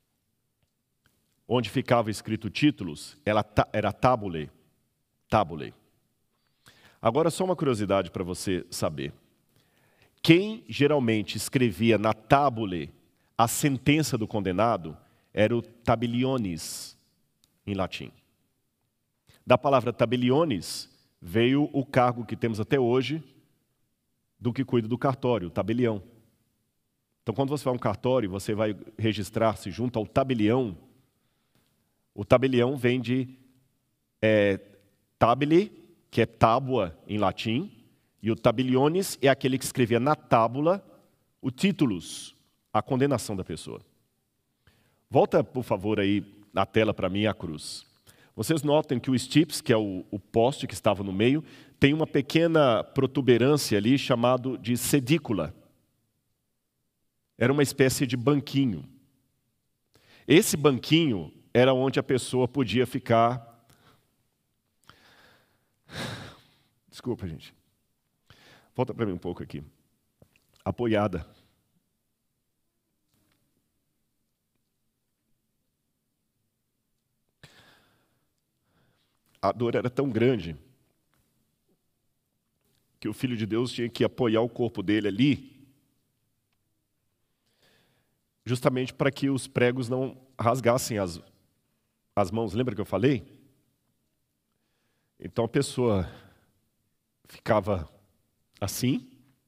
[SPEAKER 1] onde ficava escrito títulos era tábule. Tábule. Agora, só uma curiosidade para você saber. Quem geralmente escrevia na tábule a sentença do condenado era o tabeliones, em latim. Da palavra tabeliones veio o cargo que temos até hoje do que cuida do cartório, o tabelião. Então, quando você vai a um cartório, você vai registrar-se junto ao tabelião. O tabelião vem de é, tabele, que é tábua em latim, e o tabeliones é aquele que escrevia na tábula o títulos, a condenação da pessoa. Volta, por favor, aí na tela para mim a cruz. Vocês notem que o stips, que é o, o poste que estava no meio, tem uma pequena protuberância ali chamado de sedícula. Era uma espécie de banquinho. Esse banquinho era onde a pessoa podia ficar... Desculpa, gente. Volta para mim um pouco aqui. Apoiada. A dor era tão grande que o Filho de Deus tinha que apoiar o corpo dele ali, justamente para que os pregos não rasgassem as, as mãos. Lembra que eu falei? Então a pessoa ficava assim,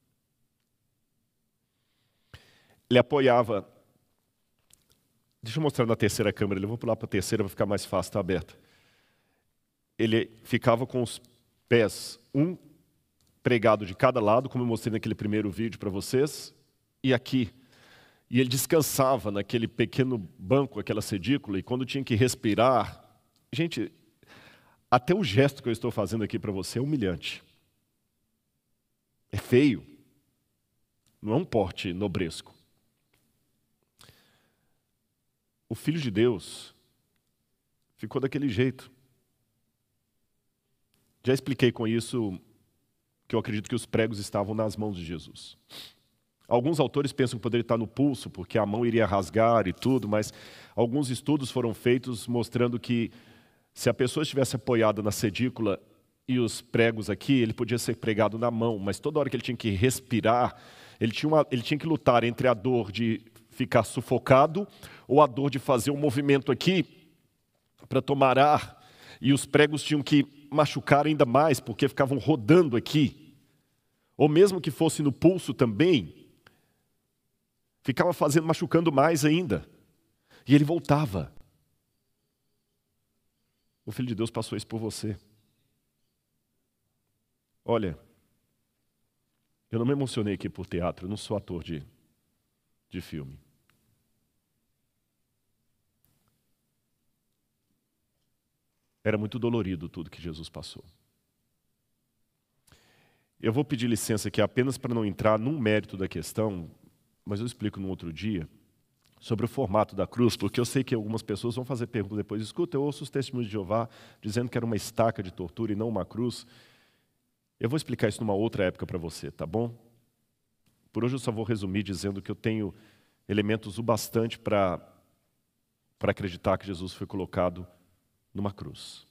[SPEAKER 1] ele apoiava. Deixa eu mostrar na terceira câmera, eu vou pular para a terceira para ficar mais fácil, está aberta. Ele ficava com os pés, um pregado de cada lado, como eu mostrei naquele primeiro vídeo para vocês, e aqui. E ele descansava naquele pequeno banco, aquela sedícula, e quando tinha que respirar... Gente, até o gesto que eu estou fazendo aqui para você é humilhante. É feio. Não é um porte nobresco. O Filho de Deus ficou daquele jeito. Já expliquei com isso que eu acredito que os pregos estavam nas mãos de Jesus. Alguns autores pensam que poderia estar no pulso, porque a mão iria rasgar e tudo, mas alguns estudos foram feitos mostrando que se a pessoa estivesse apoiada na sedícula e os pregos aqui, ele podia ser pregado na mão, mas toda hora que ele tinha que respirar, ele tinha, uma, ele tinha que lutar entre a dor de ficar sufocado ou a dor de fazer um movimento aqui para tomar ar, e os pregos tinham que machucar ainda mais, porque ficavam rodando aqui, ou mesmo que fosse no pulso também, ficava fazendo, machucando mais ainda, e ele voltava. O Filho de Deus passou isso por você. Olha, eu não me emocionei aqui por teatro, eu não sou ator de, de filme. Era muito dolorido tudo que Jesus passou. Eu vou pedir licença aqui apenas para não entrar num mérito da questão, mas eu explico num outro dia, sobre o formato da cruz, porque eu sei que algumas pessoas vão fazer perguntas depois. Escuta, eu ouço os testemunhos de Jeová dizendo que era uma estaca de tortura e não uma cruz. Eu vou explicar isso numa outra época para você, tá bom? Por hoje eu só vou resumir dizendo que eu tenho elementos o bastante para para acreditar que Jesus foi colocado numa cruz.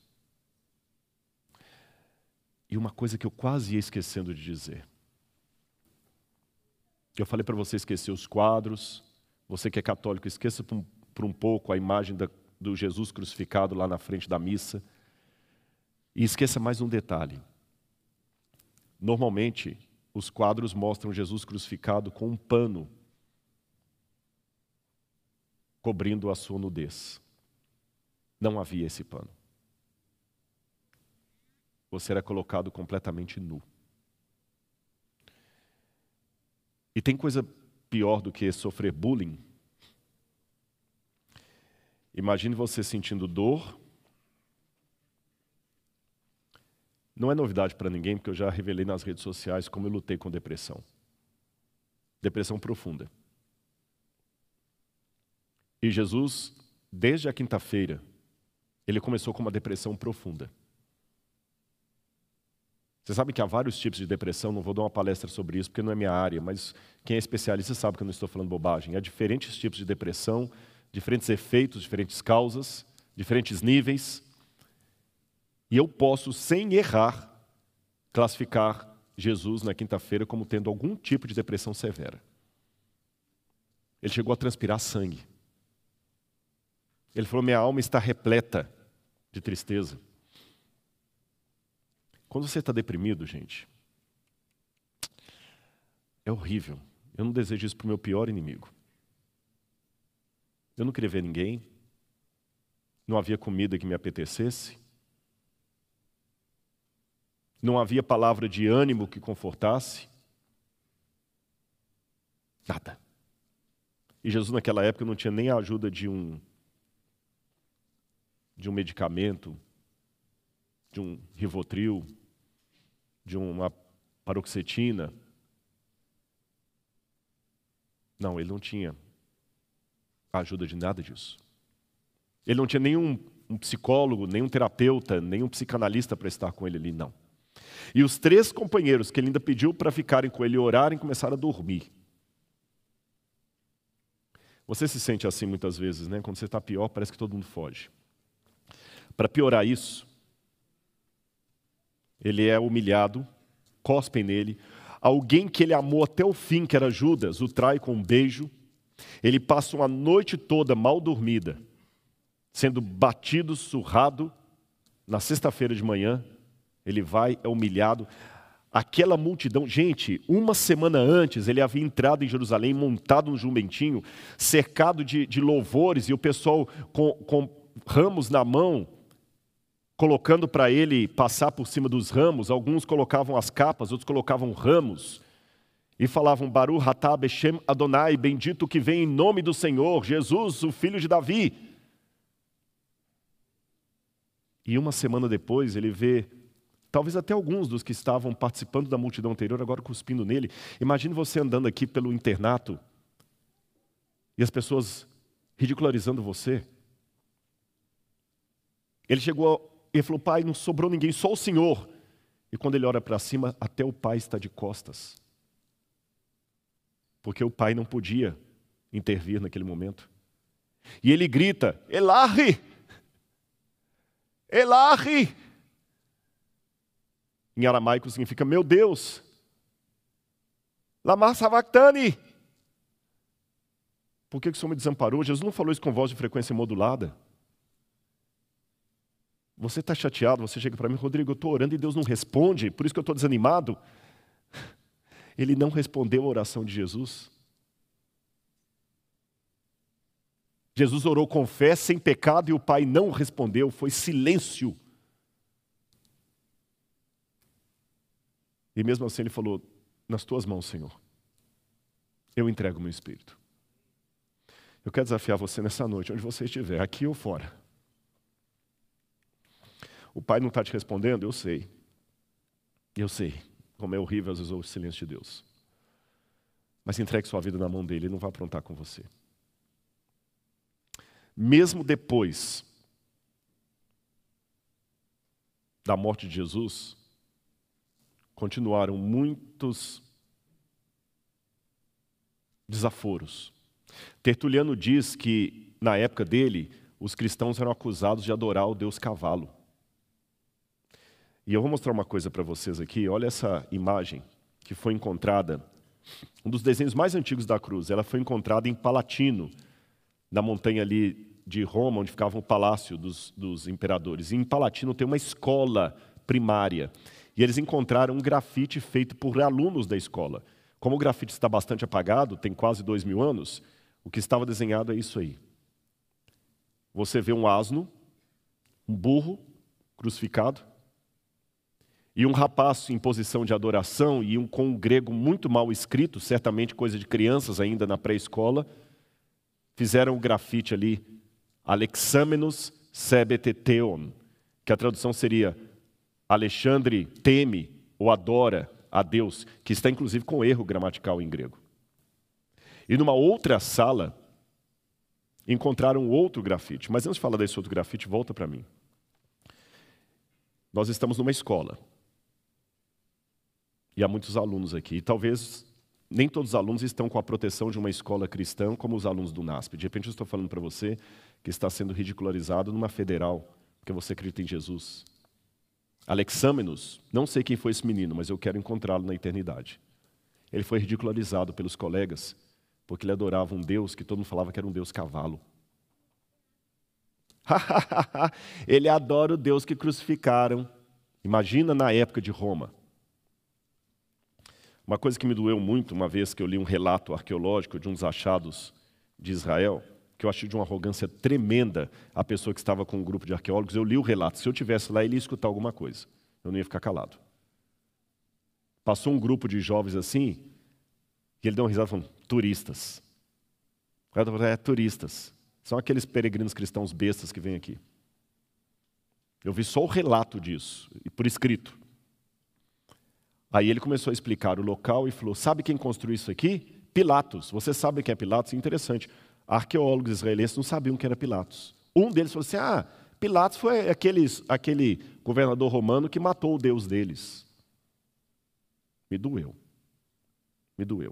[SPEAKER 1] E uma coisa que eu quase ia esquecendo de dizer. Eu falei para você esquecer os quadros. Você que é católico, esqueça por um, por um pouco a imagem da, do Jesus crucificado lá na frente da missa. E esqueça mais um detalhe. Normalmente, os quadros mostram Jesus crucificado com um pano cobrindo a sua nudez. Não havia esse pano. Você era colocado completamente nu. E tem coisa pior do que sofrer bullying? Imagine você sentindo dor. Não é novidade para ninguém, porque eu já revelei nas redes sociais como eu lutei com depressão. Depressão profunda. E Jesus, desde a quinta-feira, ele começou com uma depressão profunda. Você sabe que há vários tipos de depressão, não vou dar uma palestra sobre isso, porque não é minha área, mas quem é especialista sabe que eu não estou falando bobagem. Há diferentes tipos de depressão, diferentes efeitos, diferentes causas, diferentes níveis. E eu posso, sem errar, classificar Jesus na quinta-feira como tendo algum tipo de depressão severa. Ele chegou a transpirar sangue. Ele falou, minha alma está repleta de tristeza. Quando você está deprimido, gente, é horrível. Eu não desejo isso para o meu pior inimigo. Eu não queria ver ninguém. Não havia comida que me apetecesse. Não havia palavra de ânimo que confortasse. Nada. E Jesus naquela época não tinha nem a ajuda de um, de um medicamento, de um Rivotril, de uma paroxetina. Não, ele não tinha a ajuda de nada disso. Ele não tinha nenhum um psicólogo, nenhum terapeuta, nenhum psicanalista para estar com ele ali, não. E os três companheiros que ele ainda pediu para ficarem com ele e orarem, começaram a dormir. Você se sente assim muitas vezes, né? Quando você está pior, parece que todo mundo foge. Para piorar isso, ele é humilhado, cospem nele. Alguém que ele amou até o fim, que era Judas, o trai com um beijo. Ele passa uma noite toda mal dormida, sendo batido, surrado. Na sexta-feira de manhã, ele vai, é humilhado. Aquela multidão, gente, uma semana antes, ele havia entrado em Jerusalém, montado no jumentinho, cercado de, de louvores, e o pessoal com, com ramos na mão, colocando para ele passar por cima dos ramos. Alguns colocavam as capas, outros colocavam ramos, e falavam, Baruch atah beshem Adonai, bendito que vem em nome do Senhor, Jesus, o filho de Davi. E uma semana depois, ele vê, talvez até alguns dos que estavam participando da multidão anterior, agora cuspindo nele. Imagine você andando aqui pelo internato, e as pessoas ridicularizando você. Ele chegou, ele falou, pai, não sobrou ninguém, só o Senhor. E quando ele olha para cima, até o pai está de costas. Porque o pai não podia intervir naquele momento. E ele grita, Elahi! Elahi! Em aramaico significa, meu Deus! Lama sabachthani! Por que que o Senhor me desamparou? Jesus não falou isso com voz de frequência modulada. Você está chateado, você chega para mim, Rodrigo, eu estou orando e Deus não responde, por isso que eu estou desanimado. Ele não respondeu a oração de Jesus. Jesus orou com fé, sem pecado, e o Pai não respondeu, foi silêncio. E mesmo assim ele falou, nas tuas mãos, Senhor, eu entrego o meu espírito. Eu quero desafiar você nessa noite, onde você estiver, aqui ou fora. O Pai não está te respondendo? Eu sei. Eu sei. Como é horrível às vezes o silêncio de Deus. Mas entregue sua vida na mão dele, ele não vai aprontar com você. Mesmo depois da morte de Jesus, continuaram muitos desaforos. Tertuliano diz que, na época dele, os cristãos eram acusados de adorar o deus cavalo. E eu vou mostrar uma coisa para vocês aqui. Olha essa imagem que foi encontrada, um dos desenhos mais antigos da cruz. Ela foi encontrada em Palatino, na montanha ali de Roma, onde ficava o palácio dos, dos imperadores. E em Palatino tem uma escola primária. E eles encontraram um grafite feito por alunos da escola. Como o grafite está bastante apagado, tem quase dois mil anos, o que estava desenhado é isso aí. Você vê um asno, um burro crucificado, e um rapaz em posição de adoração, e um, com um grego muito mal escrito, certamente coisa de crianças ainda na pré-escola, fizeram o grafite ali, Alexamenos sebeteteon, que a tradução seria Alexandre teme ou adora a Deus, que está inclusive com erro gramatical em grego. E numa outra sala, encontraram outro grafite. Mas antes de falar desse outro grafite, volta para mim. Nós estamos numa escola. E há muitos alunos aqui. E talvez nem todos os alunos estão com a proteção de uma escola cristã, como os alunos do NASP. De repente eu estou falando para você que está sendo ridicularizado numa federal, porque você acredita em Jesus. Alexamenos, não sei quem foi esse menino, mas eu quero encontrá-lo na eternidade. Ele foi ridicularizado pelos colegas, porque ele adorava um Deus que todo mundo falava que era um Deus cavalo. Ele adora o Deus que crucificaram. Imagina na época de Roma. Uma coisa que me doeu muito, uma vez que eu li um relato arqueológico de uns achados de Israel, que eu achei de uma arrogância tremenda a pessoa que estava com um grupo de arqueólogos. Eu li o relato. Se eu estivesse lá, ele ia escutar alguma coisa. Eu não ia ficar calado. Passou um grupo de jovens assim, e ele deu uma risada falando, turistas. É, turistas. São aqueles peregrinos cristãos bestas que vêm aqui. Eu vi só o relato disso, por escrito. Aí ele começou a explicar o local e falou, sabe quem construiu isso aqui? Pilatos. Você sabe quem é Pilatos? Interessante. Arqueólogos israelenses não sabiam quem era Pilatos. Um deles falou assim, ah, Pilatos foi aqueles, aquele governador romano que matou o Deus deles. Me doeu. Me doeu.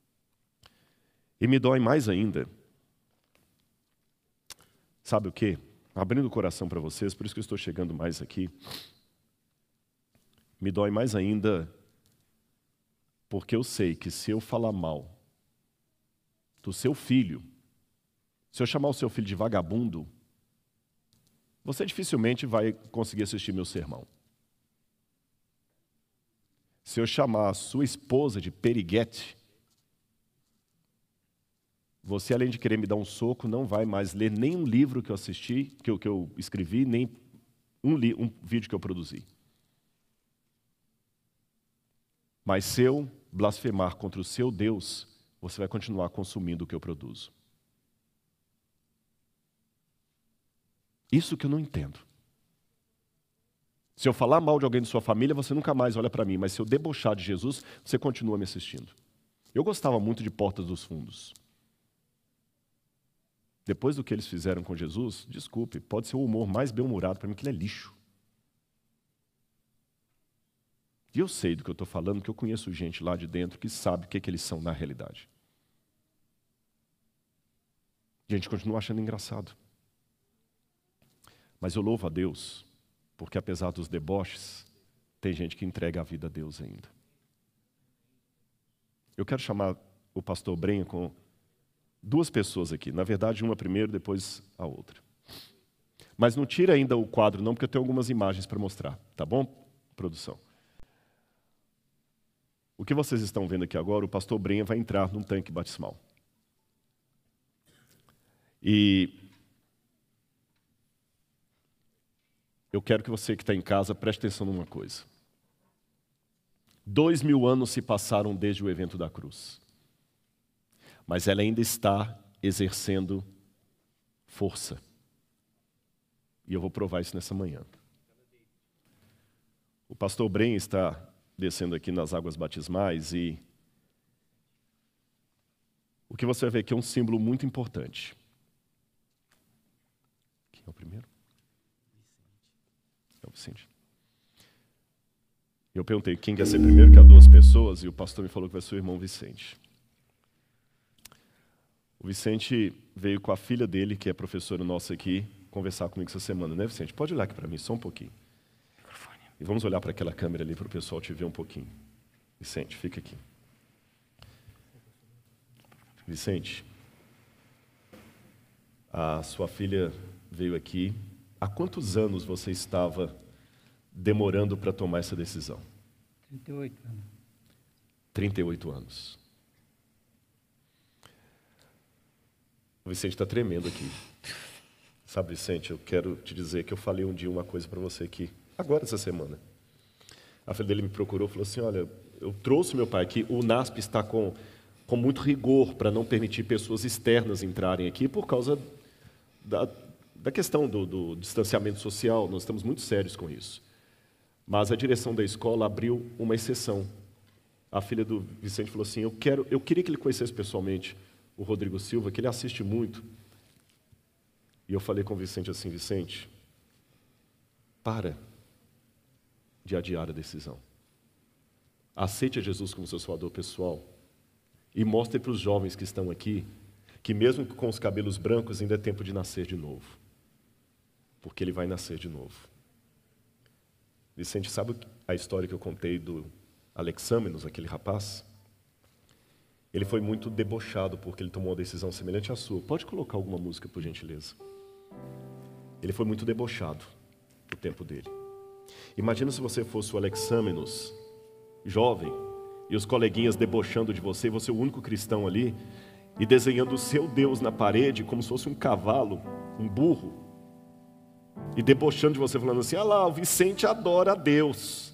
[SPEAKER 1] E me dói mais ainda. Sabe o quê? Abrindo o coração para vocês, por isso que eu estou chegando mais aqui. Me dói mais ainda, porque eu sei que se eu falar mal do seu filho, se eu chamar o seu filho de vagabundo, você dificilmente vai conseguir assistir meu sermão. Se eu chamar a sua esposa de periguete, você, além de querer me dar um soco, não vai mais ler nem um livro que eu assisti, que eu, que eu escrevi, nem um, li, um vídeo que eu produzi. Mas se eu blasfemar contra o seu Deus, você vai continuar consumindo o que eu produzo. Isso que eu não entendo. Se eu falar mal de alguém de sua família, você nunca mais olha para mim. Mas se eu debochar de Jesus, você continua me assistindo. Eu gostava muito de Portas dos Fundos. Depois do que eles fizeram com Jesus, desculpe, pode ser o humor mais bem-humorado, para mim que ele é lixo. E eu sei do que eu estou falando, porque eu conheço gente lá de dentro que sabe o que, é que eles são na realidade. E a gente continua achando engraçado. Mas eu louvo a Deus, porque apesar dos deboches, tem gente que entrega a vida a Deus ainda. Eu quero chamar o pastor Brenha com duas pessoas aqui. Na verdade, uma primeiro, depois a outra. Mas não tira ainda o quadro não, porque eu tenho algumas imagens para mostrar. Tá bom, produção? O que vocês estão vendo aqui agora, o pastor Brenha vai entrar num tanque batismal. E eu quero que você que está em casa preste atenção numa coisa. Dois mil anos se passaram desde o evento da cruz. Mas ela ainda está exercendo força. E eu vou provar isso nessa manhã. O pastor Brenha está descendo aqui nas águas batismais e o que você vai ver aqui é um símbolo muito importante. Quem é o primeiro? É o Vicente. Eu perguntei quem quer ser primeiro, que há duas pessoas, e o pastor me falou que vai ser o irmão Vicente. O Vicente veio com a filha dele, que é professora nossa aqui, conversar comigo essa semana, né, Vicente? Pode olhar aqui para mim, só um pouquinho. E vamos olhar para aquela câmera ali para o pessoal te ver um pouquinho. Vicente, fica aqui. Vicente, a sua filha veio aqui. Há quantos anos você estava demorando para tomar essa decisão?
[SPEAKER 2] trinta e oito anos.
[SPEAKER 1] trinta e oito anos. O Vicente está tremendo aqui. Sabe, Vicente, eu quero te dizer que eu falei um dia uma coisa para você aqui, agora essa semana. A filha dele me procurou e falou assim, olha, eu trouxe meu pai aqui, o NASP está com, com muito rigor para não permitir pessoas externas entrarem aqui por causa da, da questão do, do distanciamento social, nós estamos muito sérios com isso. Mas a direção da escola abriu uma exceção. A filha do Vicente falou assim, eu, quero, eu queria que ele conhecesse pessoalmente o Rodrigo Silva, que ele assiste muito. E eu falei com o Vicente assim, Vicente, para de adiar a decisão. Aceite a Jesus como seu salvador pessoal e mostre para os jovens que estão aqui que mesmo com os cabelos brancos ainda é tempo de nascer de novo. Porque ele vai nascer de novo. Vicente, sabe a história que eu contei do Alexâmenos, aquele rapaz? Ele foi muito debochado porque ele tomou uma decisão semelhante à sua. Pode colocar alguma música, por gentileza? Ele foi muito debochado no tempo dele. Imagina se você fosse o Alexâmenos, jovem, e os coleguinhas debochando de você, e você o único cristão ali, e desenhando o seu Deus na parede como se fosse um cavalo, um burro, e debochando de você, falando assim, ah lá, o Vicente adora a Deus.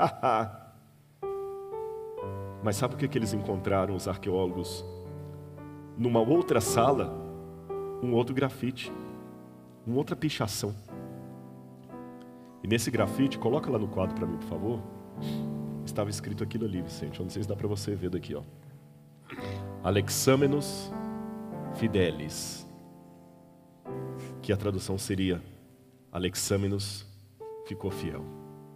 [SPEAKER 1] Mas sabe o que, que eles encontraram, os arqueólogos? Numa outra sala, um outro grafite, uma outra pichação. E nesse grafite, coloca lá no quadro para mim, por favor. Estava escrito aquilo ali, Vicente. Eu não sei se dá para você ver daqui, ó. Alexâmenos Fidelis. Que a tradução seria Alexâmenos ficou fiel.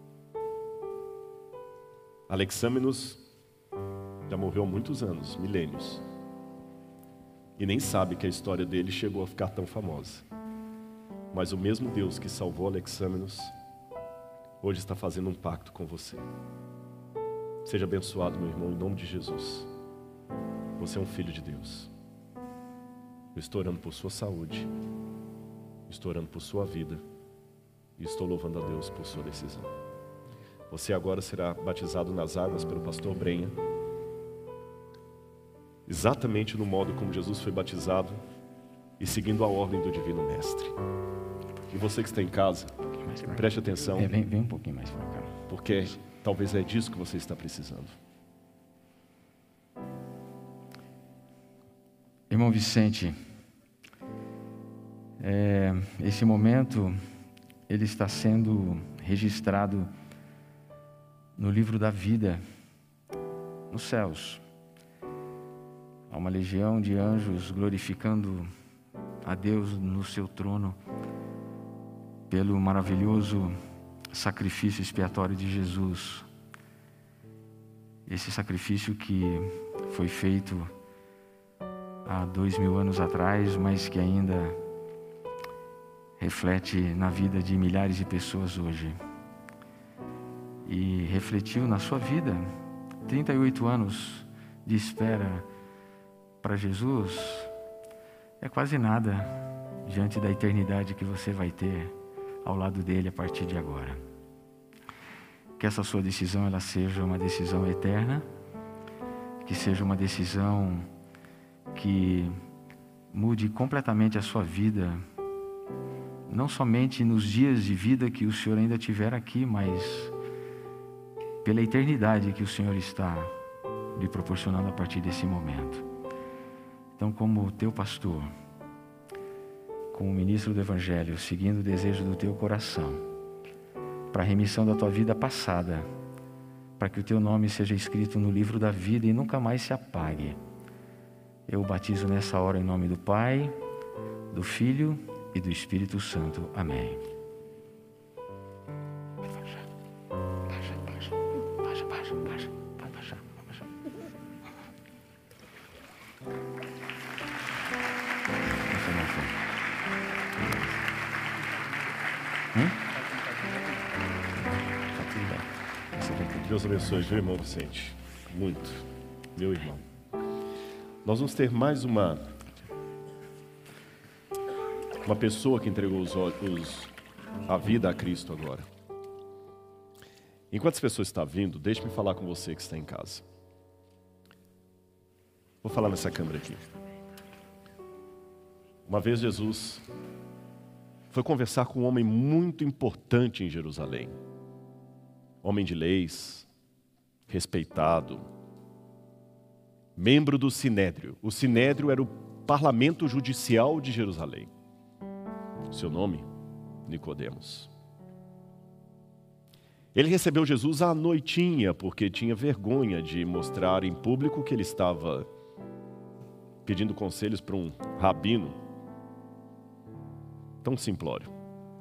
[SPEAKER 1] Alexâmenos já morreu há muitos anos, milênios. E nem sabe que a história dele chegou a ficar tão famosa. Mas o mesmo Deus que salvou Alexâmenos hoje está fazendo um pacto com você. Seja abençoado, meu irmão, em nome de Jesus. Você é um filho de Deus. Eu estou orando por sua saúde. Estou orando por sua vida. E estou louvando a Deus por sua decisão. Você agora será batizado nas águas pelo pastor Brenha. Exatamente no modo como Jesus foi batizado e seguindo a ordem do Divino Mestre. E você que está em casa, preste atenção.
[SPEAKER 2] É, vem, vem um pouquinho mais para cá.
[SPEAKER 1] Porque talvez é disso que você está precisando.
[SPEAKER 2] Irmão Vicente, é, esse momento ele está sendo registrado no livro da vida, nos céus. Há uma legião de anjos glorificando a Deus no seu trono pelo maravilhoso sacrifício expiatório de Jesus. Esse sacrifício que foi feito há dois mil anos atrás, mas que ainda reflete na vida de milhares de pessoas hoje. E refletiu na sua vida, trinta e oito anos de espera para Jesus, é quase nada diante da eternidade que você vai ter ao lado dele a partir de agora. Que essa sua decisão ela seja uma decisão eterna, que seja uma decisão que mude completamente a sua vida, não somente nos dias de vida que o Senhor ainda tiver aqui, mas pela eternidade que o Senhor está lhe proporcionando a partir desse momento. Então, como teu pastor, como ministro do Evangelho, seguindo o desejo do teu coração, para a remissão da tua vida passada, para que o teu nome seja escrito no livro da vida e nunca mais se apague, eu o batizo nessa hora em nome do Pai, do Filho e do Espírito Santo. Amém. Hum?
[SPEAKER 1] Deus abençoe, meu irmão Vicente. Muito. Meu irmão. Nós vamos ter mais uma uma pessoa que entregou os, os, a vida a Cristo agora. Enquanto as pessoas estão vindo, deixe-me falar com você que está em casa. Vou falar nessa câmera aqui. Uma vez Jesus foi conversar com um homem muito importante em Jerusalém. Homem de leis, respeitado, membro do Sinédrio. O Sinédrio era o parlamento judicial de Jerusalém. Seu nome, Nicodemos. Ele recebeu Jesus à noitinha, porque tinha vergonha de mostrar em público que ele estava pedindo conselhos para um rabino tão simplório.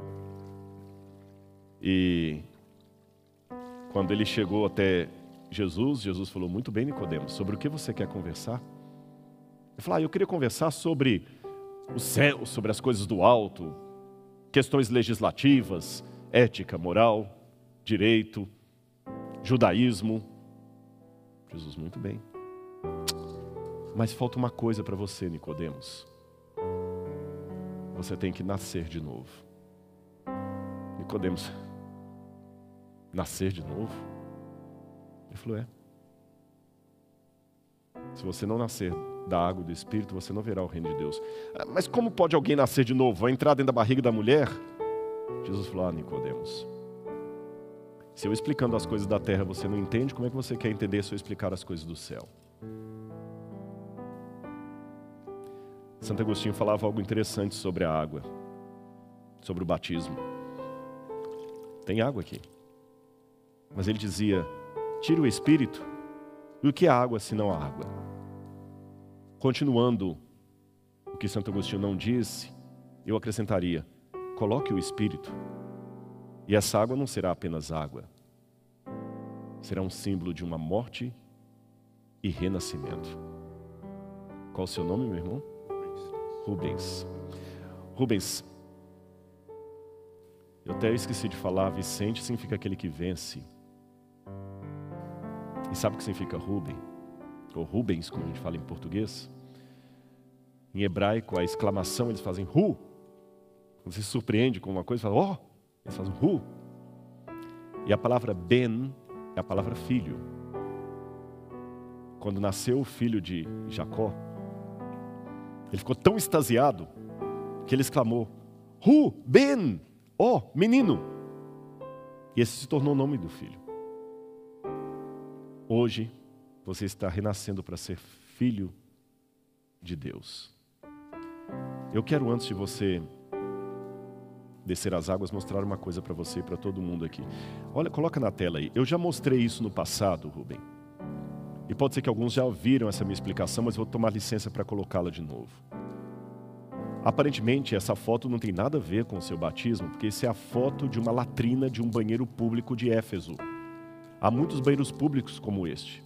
[SPEAKER 1] E quando ele chegou até Jesus, Jesus falou: muito bem, Nicodemos, sobre o que você quer conversar? Ele falou: ah, eu queria conversar sobre o céu, sobre as coisas do alto, questões legislativas, ética, moral, direito, judaísmo. Jesus: muito bem. Mas falta uma coisa para você, Nicodemos. Você tem que nascer de novo. Nicodemos: nascer de novo? Ele falou: é. Se você não nascer da água e do Espírito, você não verá o reino de Deus. Ah, mas como pode alguém nascer de novo? Vai entrar dentro da barriga da mulher? Jesus falou: ah, Nicodemos, se eu explicando as coisas da terra você não entende, como é que você quer entender se eu explicar as coisas do céu? Santo Agostinho falava algo interessante sobre a água, sobre o batismo. Tem água aqui. Mas ele dizia: tira o Espírito, e o que é água se não a água? Continuando o que Santo Agostinho não disse, eu acrescentaria: coloque o Espírito, e essa água não será apenas água, será um símbolo de uma morte e renascimento. Qual o seu nome, meu irmão? Rubens. Rubens, eu até esqueci de falar, Vicente significa aquele que vence. E sabe o que significa Rubem? Ou Rubens, como a gente fala em português? Em hebraico, a exclamação, eles fazem Ru. Quando você se surpreende com uma coisa, fala ó, oh! Eles fazem Ru. E a palavra Ben é a palavra filho. Quando nasceu o filho de Jacó, ele ficou tão extasiado que ele exclamou: Ru, Ben, ó, oh, menino. E esse se tornou o nome do filho. Hoje, você está renascendo para ser filho de Deus. Eu quero, antes de você descer as águas, mostrar uma coisa para você e para todo mundo aqui. Olha, coloca na tela aí. Eu já mostrei isso no passado, Rubem. E pode ser que alguns já ouviram essa minha explicação, mas vou tomar licença para colocá-la de novo. Aparentemente, essa foto não tem nada a ver com o seu batismo, porque isso é a foto de uma latrina de um banheiro público de Éfeso. Há muitos banheiros públicos como este.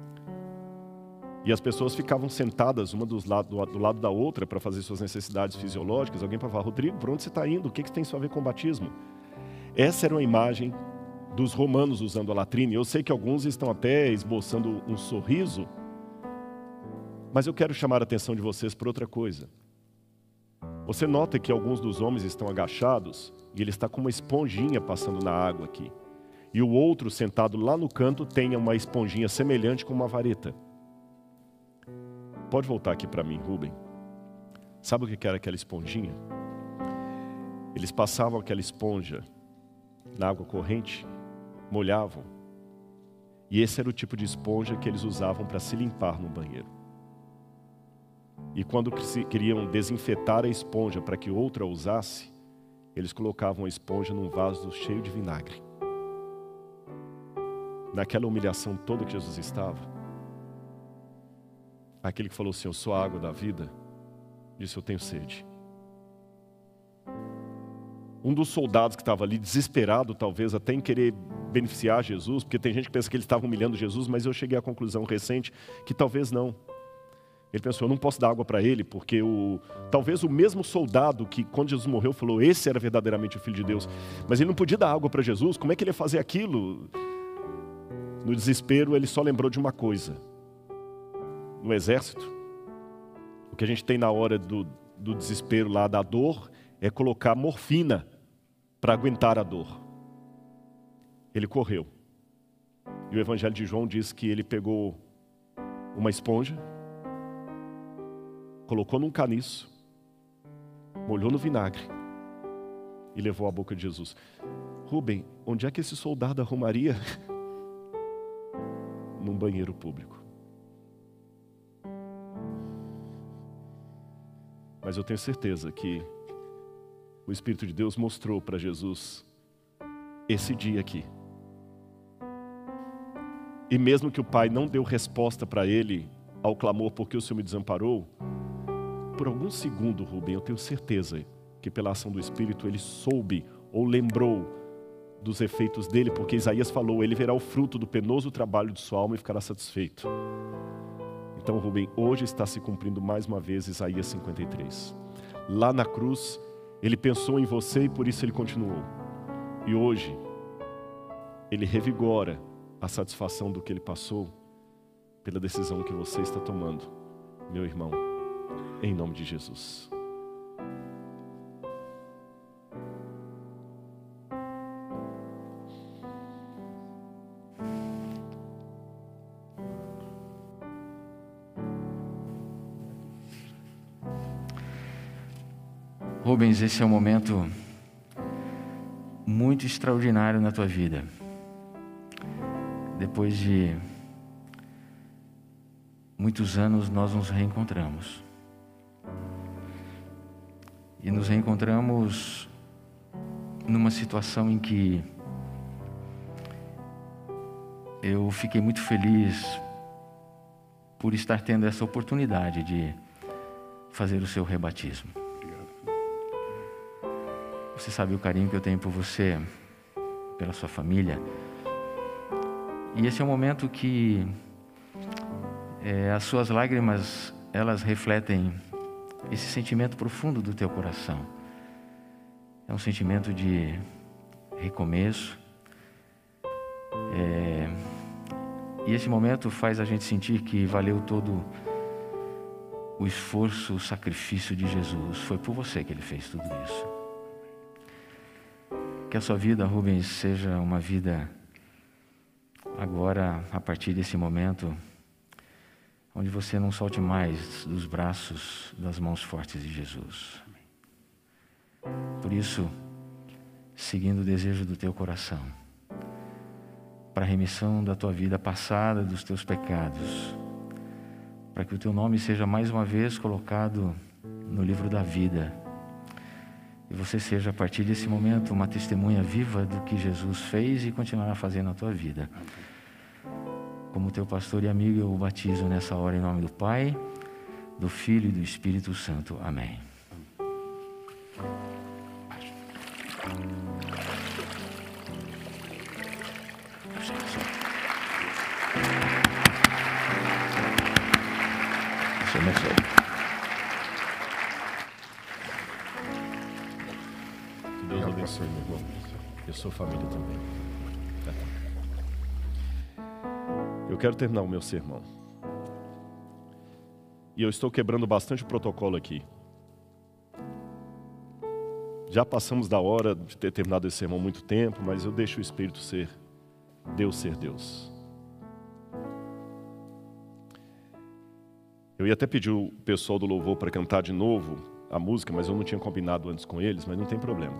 [SPEAKER 1] E as pessoas ficavam sentadas uma dos lados, do lado da outra para fazer suas necessidades fisiológicas. Alguém para falar: Rodrigo, para onde você está indo? O que, que tem isso a ver com o batismo? Essa era uma imagem dos romanos usando a latrina. Eu sei que alguns estão até esboçando um sorriso, mas eu quero chamar a atenção de vocês por outra coisa. Você nota que alguns dos homens estão agachados e ele está com uma esponjinha passando na água aqui. E o outro, sentado lá no canto, tem uma esponjinha semelhante com uma vareta. Pode voltar aqui para mim, Rubem. Sabe o que era aquela esponjinha? Eles passavam aquela esponja na água corrente, molhavam. E esse era o tipo de esponja que eles usavam para se limpar no banheiro. E quando queriam desinfetar a esponja para que outra usasse, eles colocavam a esponja num vaso cheio de vinagre. Naquela humilhação toda que Jesus estava, aquele que falou assim: eu sou a água da vida, disse: eu tenho sede. Um dos soldados que estava ali, desesperado talvez até em querer beneficiar Jesus, porque tem gente que pensa que ele estava humilhando Jesus, mas eu cheguei à conclusão recente que talvez não. Ele pensou, eu não posso dar água para ele, porque o, talvez o mesmo soldado que, quando Jesus morreu, falou, esse era verdadeiramente o Filho de Deus. Mas ele não podia dar água para Jesus, como é que ele ia fazer aquilo? No desespero, ele só lembrou de uma coisa. No exército, o que a gente tem na hora do, do desespero lá, da dor, é colocar morfina para aguentar a dor. Ele correu. E o Evangelho de João diz que ele pegou uma esponja, colocou num caniço, molhou no vinagre e levou à boca de Jesus. Rubem, onde é que esse soldado arrumaria? Num banheiro público. Mas eu tenho certeza que o Espírito de Deus mostrou para Jesus esse dia aqui. E mesmo que o pai não deu resposta para ele ao clamor, porque o Senhor me desamparou, por algum segundo, Rubem, eu tenho certeza que pela ação do Espírito ele soube ou lembrou dos efeitos dele, porque Isaías falou, ele verá o fruto do penoso trabalho de sua alma e ficará satisfeito. Então, Rubem, hoje está se cumprindo mais uma vez Isaías cinquenta e três. Lá na cruz, ele pensou em você e por isso ele continuou. E hoje, ele revigora a satisfação do que ele passou pela decisão que você está tomando, meu irmão, em nome de Jesus.
[SPEAKER 2] Rubens, esse é um momento muito extraordinário na tua vida. Depois de muitos anos, nós nos reencontramos. E nos reencontramos numa situação em que eu fiquei muito feliz por estar tendo essa oportunidade de fazer o seu rebatismo. Você sabe o carinho que eu tenho por você, pela sua família. E esse é um momento que é, as suas lágrimas, elas refletem esse sentimento profundo do teu coração. É um sentimento de recomeço. É, e esse momento faz a gente sentir que valeu todo o esforço, o sacrifício de Jesus. Foi por você que ele fez tudo isso. Que a sua vida, Rubens, seja uma vida agora, a partir desse momento, onde você não solte mais dos braços, das mãos fortes de Jesus. Por isso, seguindo o desejo do teu coração, para a remissão da tua vida passada, dos teus pecados, para que o teu nome seja mais uma vez colocado no livro da vida, e você seja, a partir desse momento, uma testemunha viva do que Jesus fez e continuará fazendo na tua vida. Como teu pastor e amigo, eu o batizo nessa hora em nome do Pai, do Filho e do Espírito Santo. Amém.
[SPEAKER 1] Deus abençoe, meu irmão. Eu sou família também. Eu quero terminar o meu sermão. E eu estou quebrando bastante o protocolo aqui. Já passamos da hora de ter terminado esse sermão há muito tempo, mas eu deixo o Espírito ser Deus ser Deus. Eu ia até pedir o pessoal do louvor para cantar de novo a música, mas eu não tinha combinado antes com eles, mas não tem problema.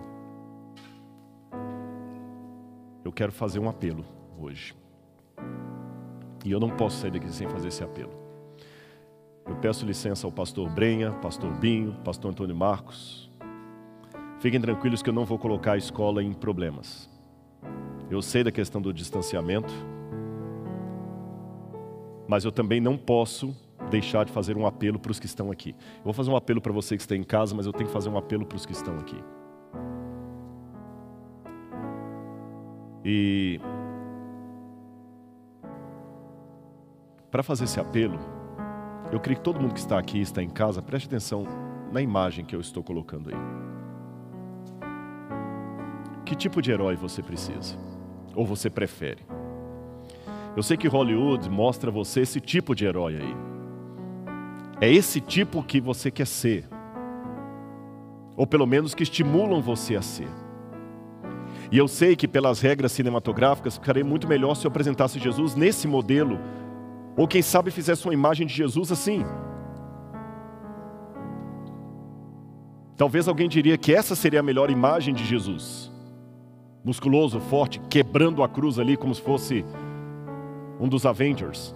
[SPEAKER 1] Eu quero fazer um apelo hoje. E eu não posso sair daqui sem fazer esse apelo. Eu peço licença ao pastor Brenha, pastor Binho, pastor Antônio Marcos. Fiquem tranquilos que eu não vou colocar a escola em problemas. Eu sei da questão do distanciamento, mas eu também não posso deixar de fazer um apelo para os que estão aqui. Eu vou fazer um apelo para você que está em casa, mas eu tenho que fazer um apelo para os que estão aqui. E para fazer esse apelo, Eu creio que todo mundo que está aqui, está em casa, preste atenção na imagem que eu estou colocando aí. Que tipo de herói você precisa? Ou você prefere? Eu sei que Hollywood mostra você esse tipo de herói aí. É esse tipo que você quer ser. Ou pelo menos que estimulam você a ser. E eu sei que pelas regras cinematográficas ficaria muito melhor se eu apresentasse Jesus nesse modelo. Ou quem sabe fizesse uma imagem de Jesus assim. Talvez alguém diria que essa seria a melhor imagem de Jesus. Musculoso, forte, quebrando a cruz ali como se fosse um dos Avengers.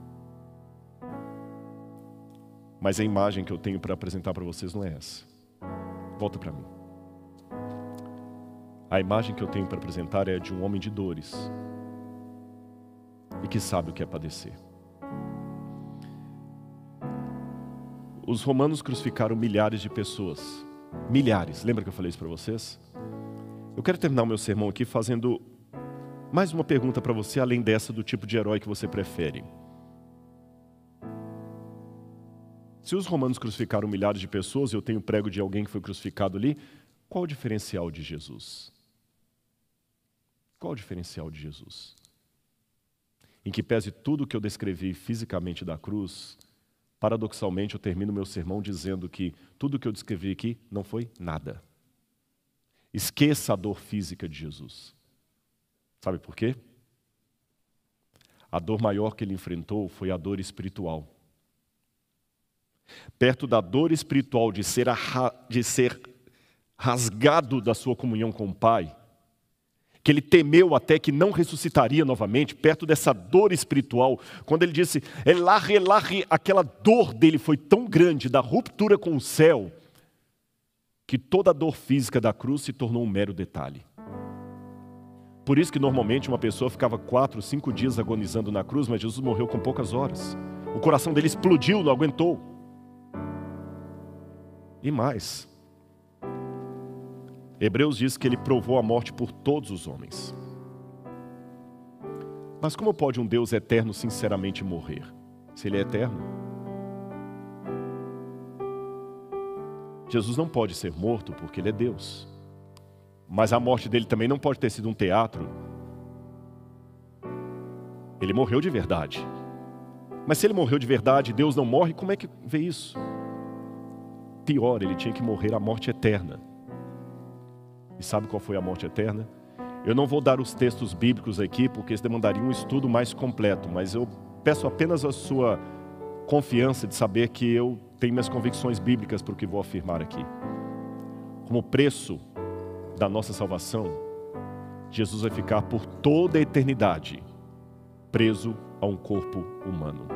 [SPEAKER 1] Mas a imagem que eu tenho para apresentar para vocês não é essa. Volta para mim. A imagem que eu tenho para apresentar é a de um homem de dores. E que sabe o que é padecer. Os romanos crucificaram milhares de pessoas. Milhares. Lembra que eu falei isso para vocês? Eu quero terminar o meu sermão aqui fazendo mais uma pergunta para você, além dessa do tipo de herói que você prefere. Se os romanos crucificaram milhares de pessoas, e eu tenho prego de alguém que foi crucificado ali, qual o diferencial de Jesus? Qual o diferencial de Jesus? Em que pese tudo que eu descrevi fisicamente da cruz, paradoxalmente eu termino meu sermão dizendo que tudo que eu descrevi aqui não foi nada. Esqueça a dor física de Jesus. Sabe por quê? A dor maior que ele enfrentou foi a dor espiritual. Perto da dor espiritual de ser, arra... de ser rasgado da sua comunhão com o Pai, que ele temeu até que não ressuscitaria novamente, perto dessa dor espiritual, quando ele disse, Elahre, Elahre, aquela dor dele foi tão grande, da ruptura com o céu, que toda a dor física da cruz se tornou um mero detalhe. Por isso que normalmente uma pessoa ficava quatro, cinco dias agonizando na cruz, mas Jesus morreu com poucas horas. O coração dele explodiu, não aguentou. E mais, Hebreus diz que ele provou a morte por todos os homens. Mas como pode um Deus eterno sinceramente morrer? Se ele é eterno? Jesus não pode ser morto porque ele é Deus. Mas a morte dele também não pode ter sido um teatro. Ele morreu de verdade. Mas se ele morreu de verdade e Deus não morre, como é que vê isso? Pior, ele tinha que morrer a morte eterna. E sabe qual foi a morte eterna? Eu não vou dar os textos bíblicos aqui, porque isso demandaria um estudo mais completo, mas eu peço apenas a sua confiança de saber que eu tenho minhas convicções bíblicas para o que vou afirmar aqui. Como preço da nossa salvação, Jesus vai ficar por toda a eternidade preso a um corpo humano.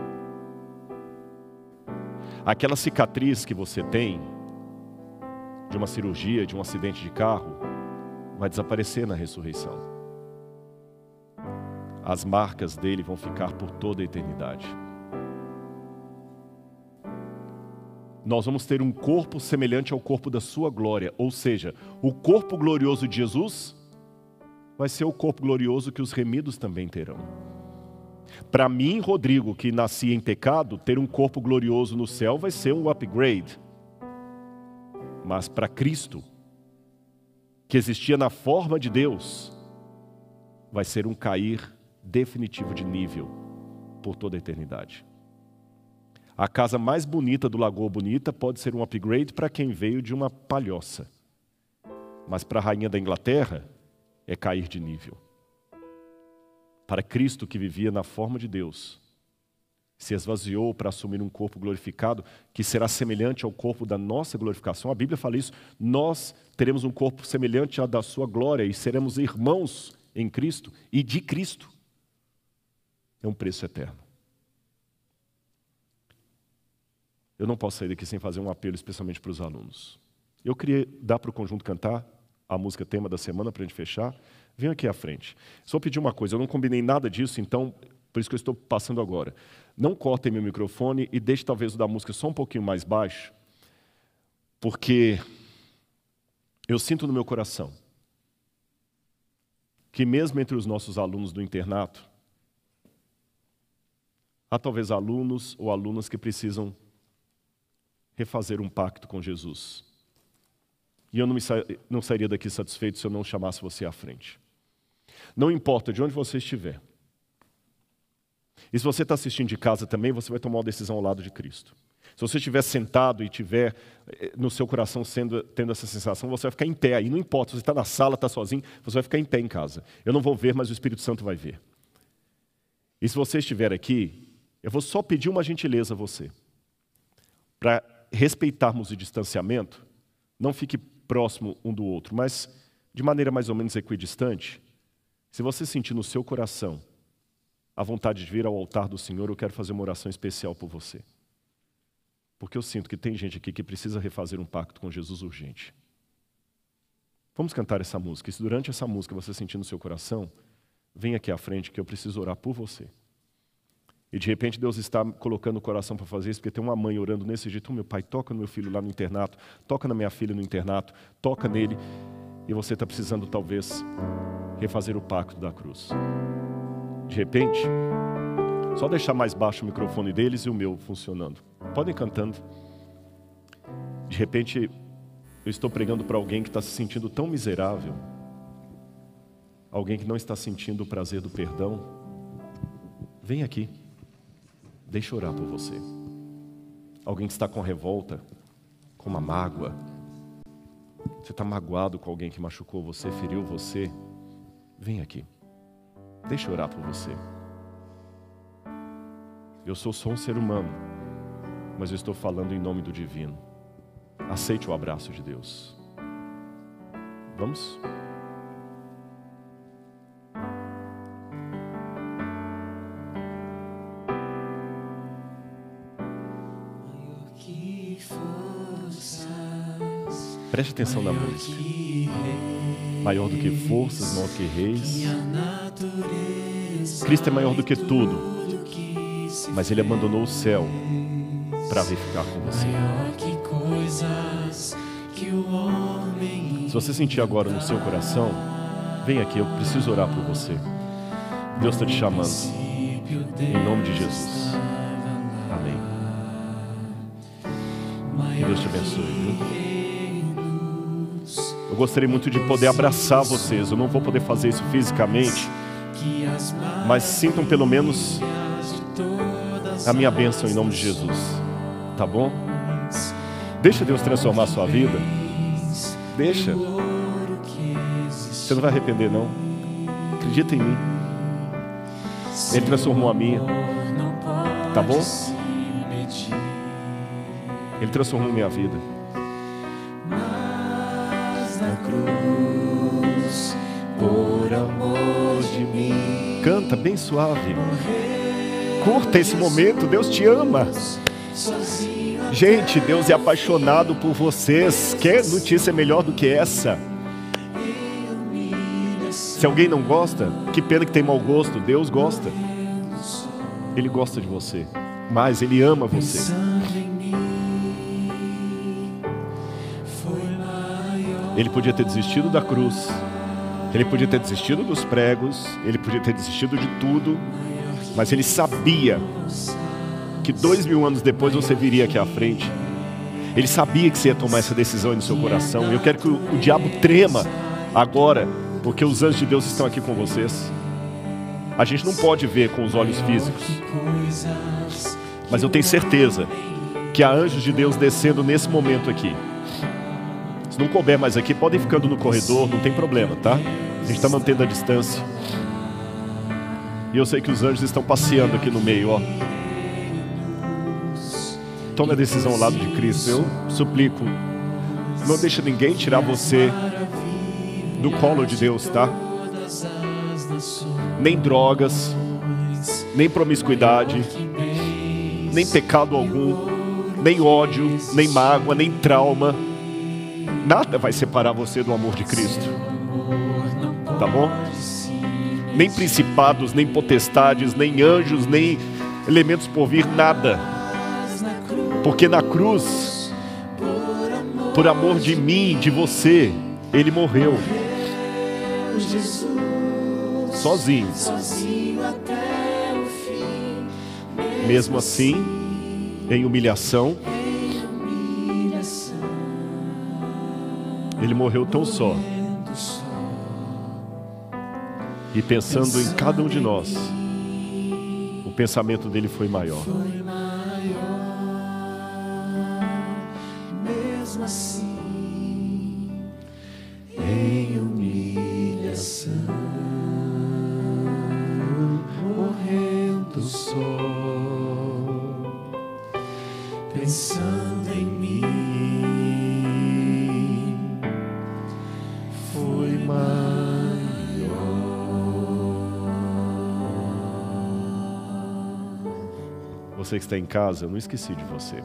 [SPEAKER 1] Aquela cicatriz que você tem de uma cirurgia, de um acidente de carro, vai desaparecer na ressurreição. As marcas dele vão ficar por toda a eternidade. Nós vamos ter um corpo semelhante ao corpo da sua glória, ou seja, o corpo glorioso de Jesus vai ser o corpo glorioso que os remidos também terão. Para mim, Rodrigo, que nasci em pecado, ter um corpo glorioso no céu vai ser um upgrade. Mas para Cristo, que existia na forma de Deus, vai ser um cair definitivo de nível por toda a eternidade. A casa mais bonita do Lagoa Bonita pode ser um upgrade para quem veio de uma palhoça. Mas para a rainha da Inglaterra, é cair de nível. Para Cristo, que vivia na forma de Deus, se esvaziou para assumir um corpo glorificado, que será semelhante ao corpo da nossa glorificação. A Bíblia fala isso, nós teremos um corpo semelhante ao da sua glória e seremos irmãos em Cristo e de Cristo. É um preço eterno. Eu não posso sair daqui sem fazer um apelo especialmente para os alunos. Eu queria dar para o conjunto cantar a música tema da semana para a gente fechar. Venham aqui à frente. Só pedir uma coisa, eu não combinei nada disso, então, por isso que eu estou passando agora. Não cortem meu microfone e deixe talvez o da música só um pouquinho mais baixo, porque eu sinto no meu coração que mesmo entre os nossos alunos do internato, Há talvez alunos ou alunas que precisam refazer um pacto com Jesus. E eu não, me sa- não sairia daqui satisfeito se eu não chamasse você à frente. Não importa de onde você estiver. E se você está assistindo de casa também, você vai tomar uma decisão ao lado de Cristo. Se você estiver sentado e tiver no seu coração sendo, tendo essa sensação, você vai ficar em pé aí. Não importa, se você está na sala, está sozinho, você vai ficar em pé em casa. Eu não vou ver, mas o Espírito Santo vai ver. E se você estiver aqui, eu vou só pedir uma gentileza a você. Para respeitarmos o distanciamento, não fique próximo um do outro, mas de maneira mais ou menos equidistante. Se você sentir no seu coração a vontade de vir ao altar do Senhor, eu quero fazer uma oração especial por você. Porque eu sinto que tem gente aqui que precisa refazer um pacto com Jesus urgente. Vamos cantar essa música. E se durante essa música você sentir no seu coração, vem aqui à frente que eu preciso orar por você. E de repente Deus está colocando o coração para fazer isso, porque tem uma mãe orando nesse jeito. Oh, meu pai, toca no meu filho lá no internato, toca na minha filha no internato, toca nele. E você está precisando talvez refazer o pacto da cruz. De repente, só deixar mais baixo o microfone deles e o meu funcionando. Podem cantando. De repente, eu estou pregando para alguém que está se sentindo tão miserável. Alguém que não está sentindo o prazer do perdão. Vem aqui. Deixa eu orar por você. Alguém que está com revolta, com uma mágoa. Você está magoado com alguém que machucou você, feriu você. Vem aqui. Deixa eu orar por você. Eu sou só um ser humano, mas eu estou falando em nome do divino. Aceite o abraço de Deus. Vamos? Preste atenção na música. Maior do que forças, maior do que reis. Cristo é maior do que tudo. Mas Ele abandonou o céu para vir ficar com você. Se você sentir agora no seu coração, vem aqui, eu preciso orar por você. Deus está te chamando. Em nome de Jesus. Amém. Deus te abençoe, viu? Eu gostaria muito de poder abraçar vocês. Eu não vou poder fazer isso fisicamente, mas sintam pelo menos a minha bênção em nome de Jesus. Tá bom? Deixa Deus transformar a sua vida. Deixa. Você não vai arrepender, não. Acredita em mim. Ele transformou a minha. Tá bom? Ele transformou a minha vida. Na cruz, por amor de mim. Canta bem suave. Curta esse momento, Deus te ama. Gente, Deus é apaixonado por vocês. Quer notícia melhor do que essa? Se alguém não gosta, que pena que tem mau gosto. Deus gosta. Ele gosta de você, mas Ele ama você. Ele podia ter desistido da cruz. Ele podia ter desistido dos pregos. Ele podia ter desistido de tudo. Mas Ele sabia que dois mil anos depois você viria aqui à frente. Ele sabia que você ia tomar essa decisão aí no seu coração. Eu quero que o, o diabo trema agora, porque os anjos de Deus estão aqui com vocês. A gente não pode ver com os olhos físicos, mas eu tenho certeza que há anjos de Deus descendo nesse momento aqui. Se não couber mais aqui, podem ficando no corredor, não tem problema, tá? A gente está mantendo a distância. E eu sei que os anjos estão passeando aqui no meio, ó. Tome a decisão ao lado de Cristo. Eu suplico, não deixe ninguém tirar você do colo de Deus, tá? Nem drogas, nem promiscuidade, nem pecado algum, nem ódio, nem mágoa, nem trauma. Nada vai separar você do amor de Cristo. Tá bom? Nem principados, nem potestades, nem anjos, nem elementos por vir, nada. Porque na cruz, por amor de mim, de você, Ele morreu. Sozinho. Mesmo assim, em humilhação, Ele morreu tão só. E pensando em cada um de nós, o pensamento dele foi maior.
[SPEAKER 3] Mesmo assim, em humilhação, morrendo só, pensando em mim, foi maior.
[SPEAKER 1] Você que está em casa, eu não esqueci de você.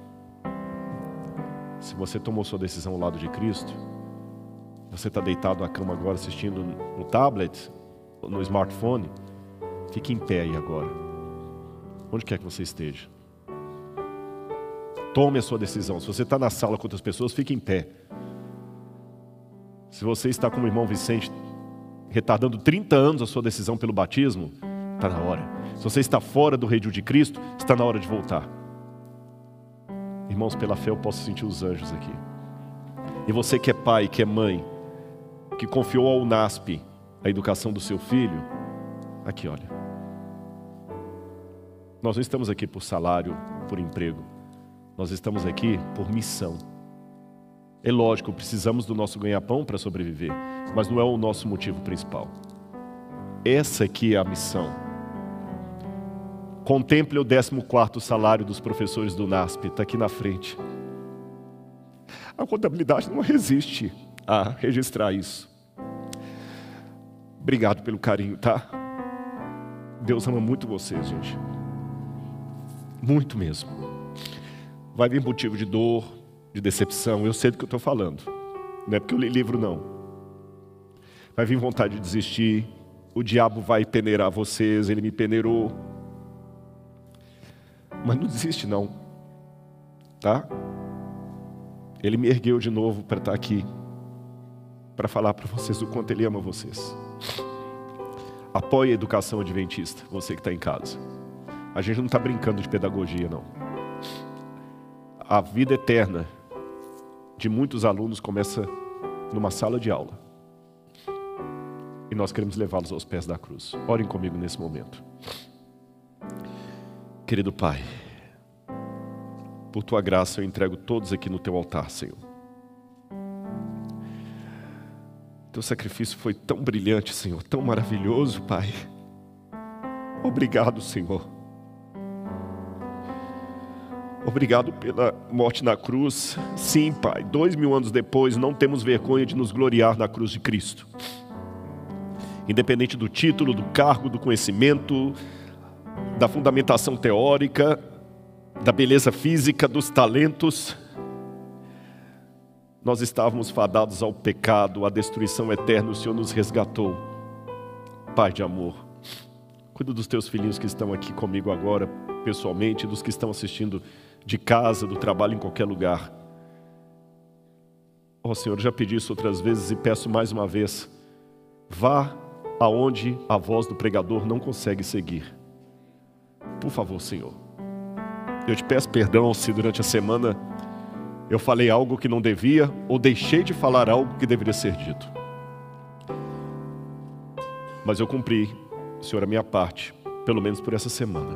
[SPEAKER 1] Se você tomou sua decisão ao lado de Cristo, você está deitado na cama agora assistindo no tablet, no smartphone, fique em pé aí agora. Onde quer que você esteja. Tome a sua decisão. Se você está na sala com outras pessoas, fique em pé. Se você está como o irmão Vicente, retardando trinta anos a sua decisão pelo batismo, está na hora. Se você está fora do redil de Cristo, está na hora de voltar. Irmãos, pela fé eu posso sentir os anjos aqui. E você que é pai, que é mãe, que confiou ao NASP a educação do seu filho, aqui olha. Nós não estamos aqui por salário, por emprego. Nós estamos aqui por missão. É lógico, precisamos do nosso ganha-pão para sobreviver, mas não é o nosso motivo principal. Essa aqui é a missão. Contemple o décimo quarto salário dos professores do NASP, está aqui na frente. A contabilidade não resiste a registrar isso. Obrigado pelo carinho, tá? Deus ama muito vocês, gente. Muito mesmo. Vai vir motivo de dor, de decepção, eu sei do que eu estou falando. Não é porque eu li livro, não. Vai vir vontade de desistir, o diabo vai peneirar vocês, ele me peneirou. Mas não desiste não, tá? Ele me ergueu de novo para estar aqui, para falar para vocês o quanto Ele ama vocês. Apoie a educação adventista, você que está em casa. A gente não está brincando de pedagogia, não. A vida eterna de muitos alunos começa numa sala de aula. E nós queremos levá-los aos pés da cruz. Orem comigo nesse momento. Querido Pai, por Tua graça eu entrego todos aqui no Teu altar, Senhor. Teu sacrifício foi tão brilhante, Senhor, tão maravilhoso, Pai. Obrigado, Senhor. Obrigado pela morte na cruz. Sim, Pai, dois mil anos depois não temos vergonha de nos gloriar na cruz de Cristo. Independente do título, do cargo, do conhecimento, da fundamentação teórica, da beleza física, dos talentos, nós estávamos fadados ao pecado, à destruição eterna. O Senhor nos resgatou. Pai de amor, cuida dos teus filhinhos que estão aqui comigo agora, pessoalmente, dos que estão assistindo de casa, do trabalho, em qualquer lugar. Ó Senhor, eu já pedi isso outras vezes e peço mais uma vez, vá aonde a voz do pregador não consegue seguir. Por favor, Senhor. Eu te peço perdão se durante a semana eu falei algo que não devia ou deixei de falar algo que deveria ser dito. Mas eu cumpri, Senhor, a minha parte, pelo menos por essa semana.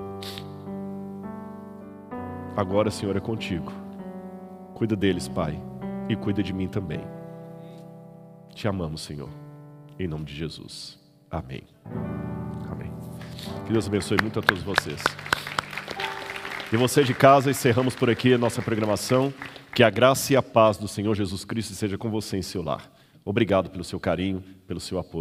[SPEAKER 1] Agora, Senhor, é contigo. Cuida deles, Pai, e cuida de mim também. Te amamos, Senhor, em nome de Jesus. Amém. Amém. Que Deus abençoe muito a todos vocês. E você de casa, encerramos por aqui a nossa programação. Que a graça e a paz do Senhor Jesus Cristo seja com você em seu lar. Obrigado pelo seu carinho, pelo seu apoio.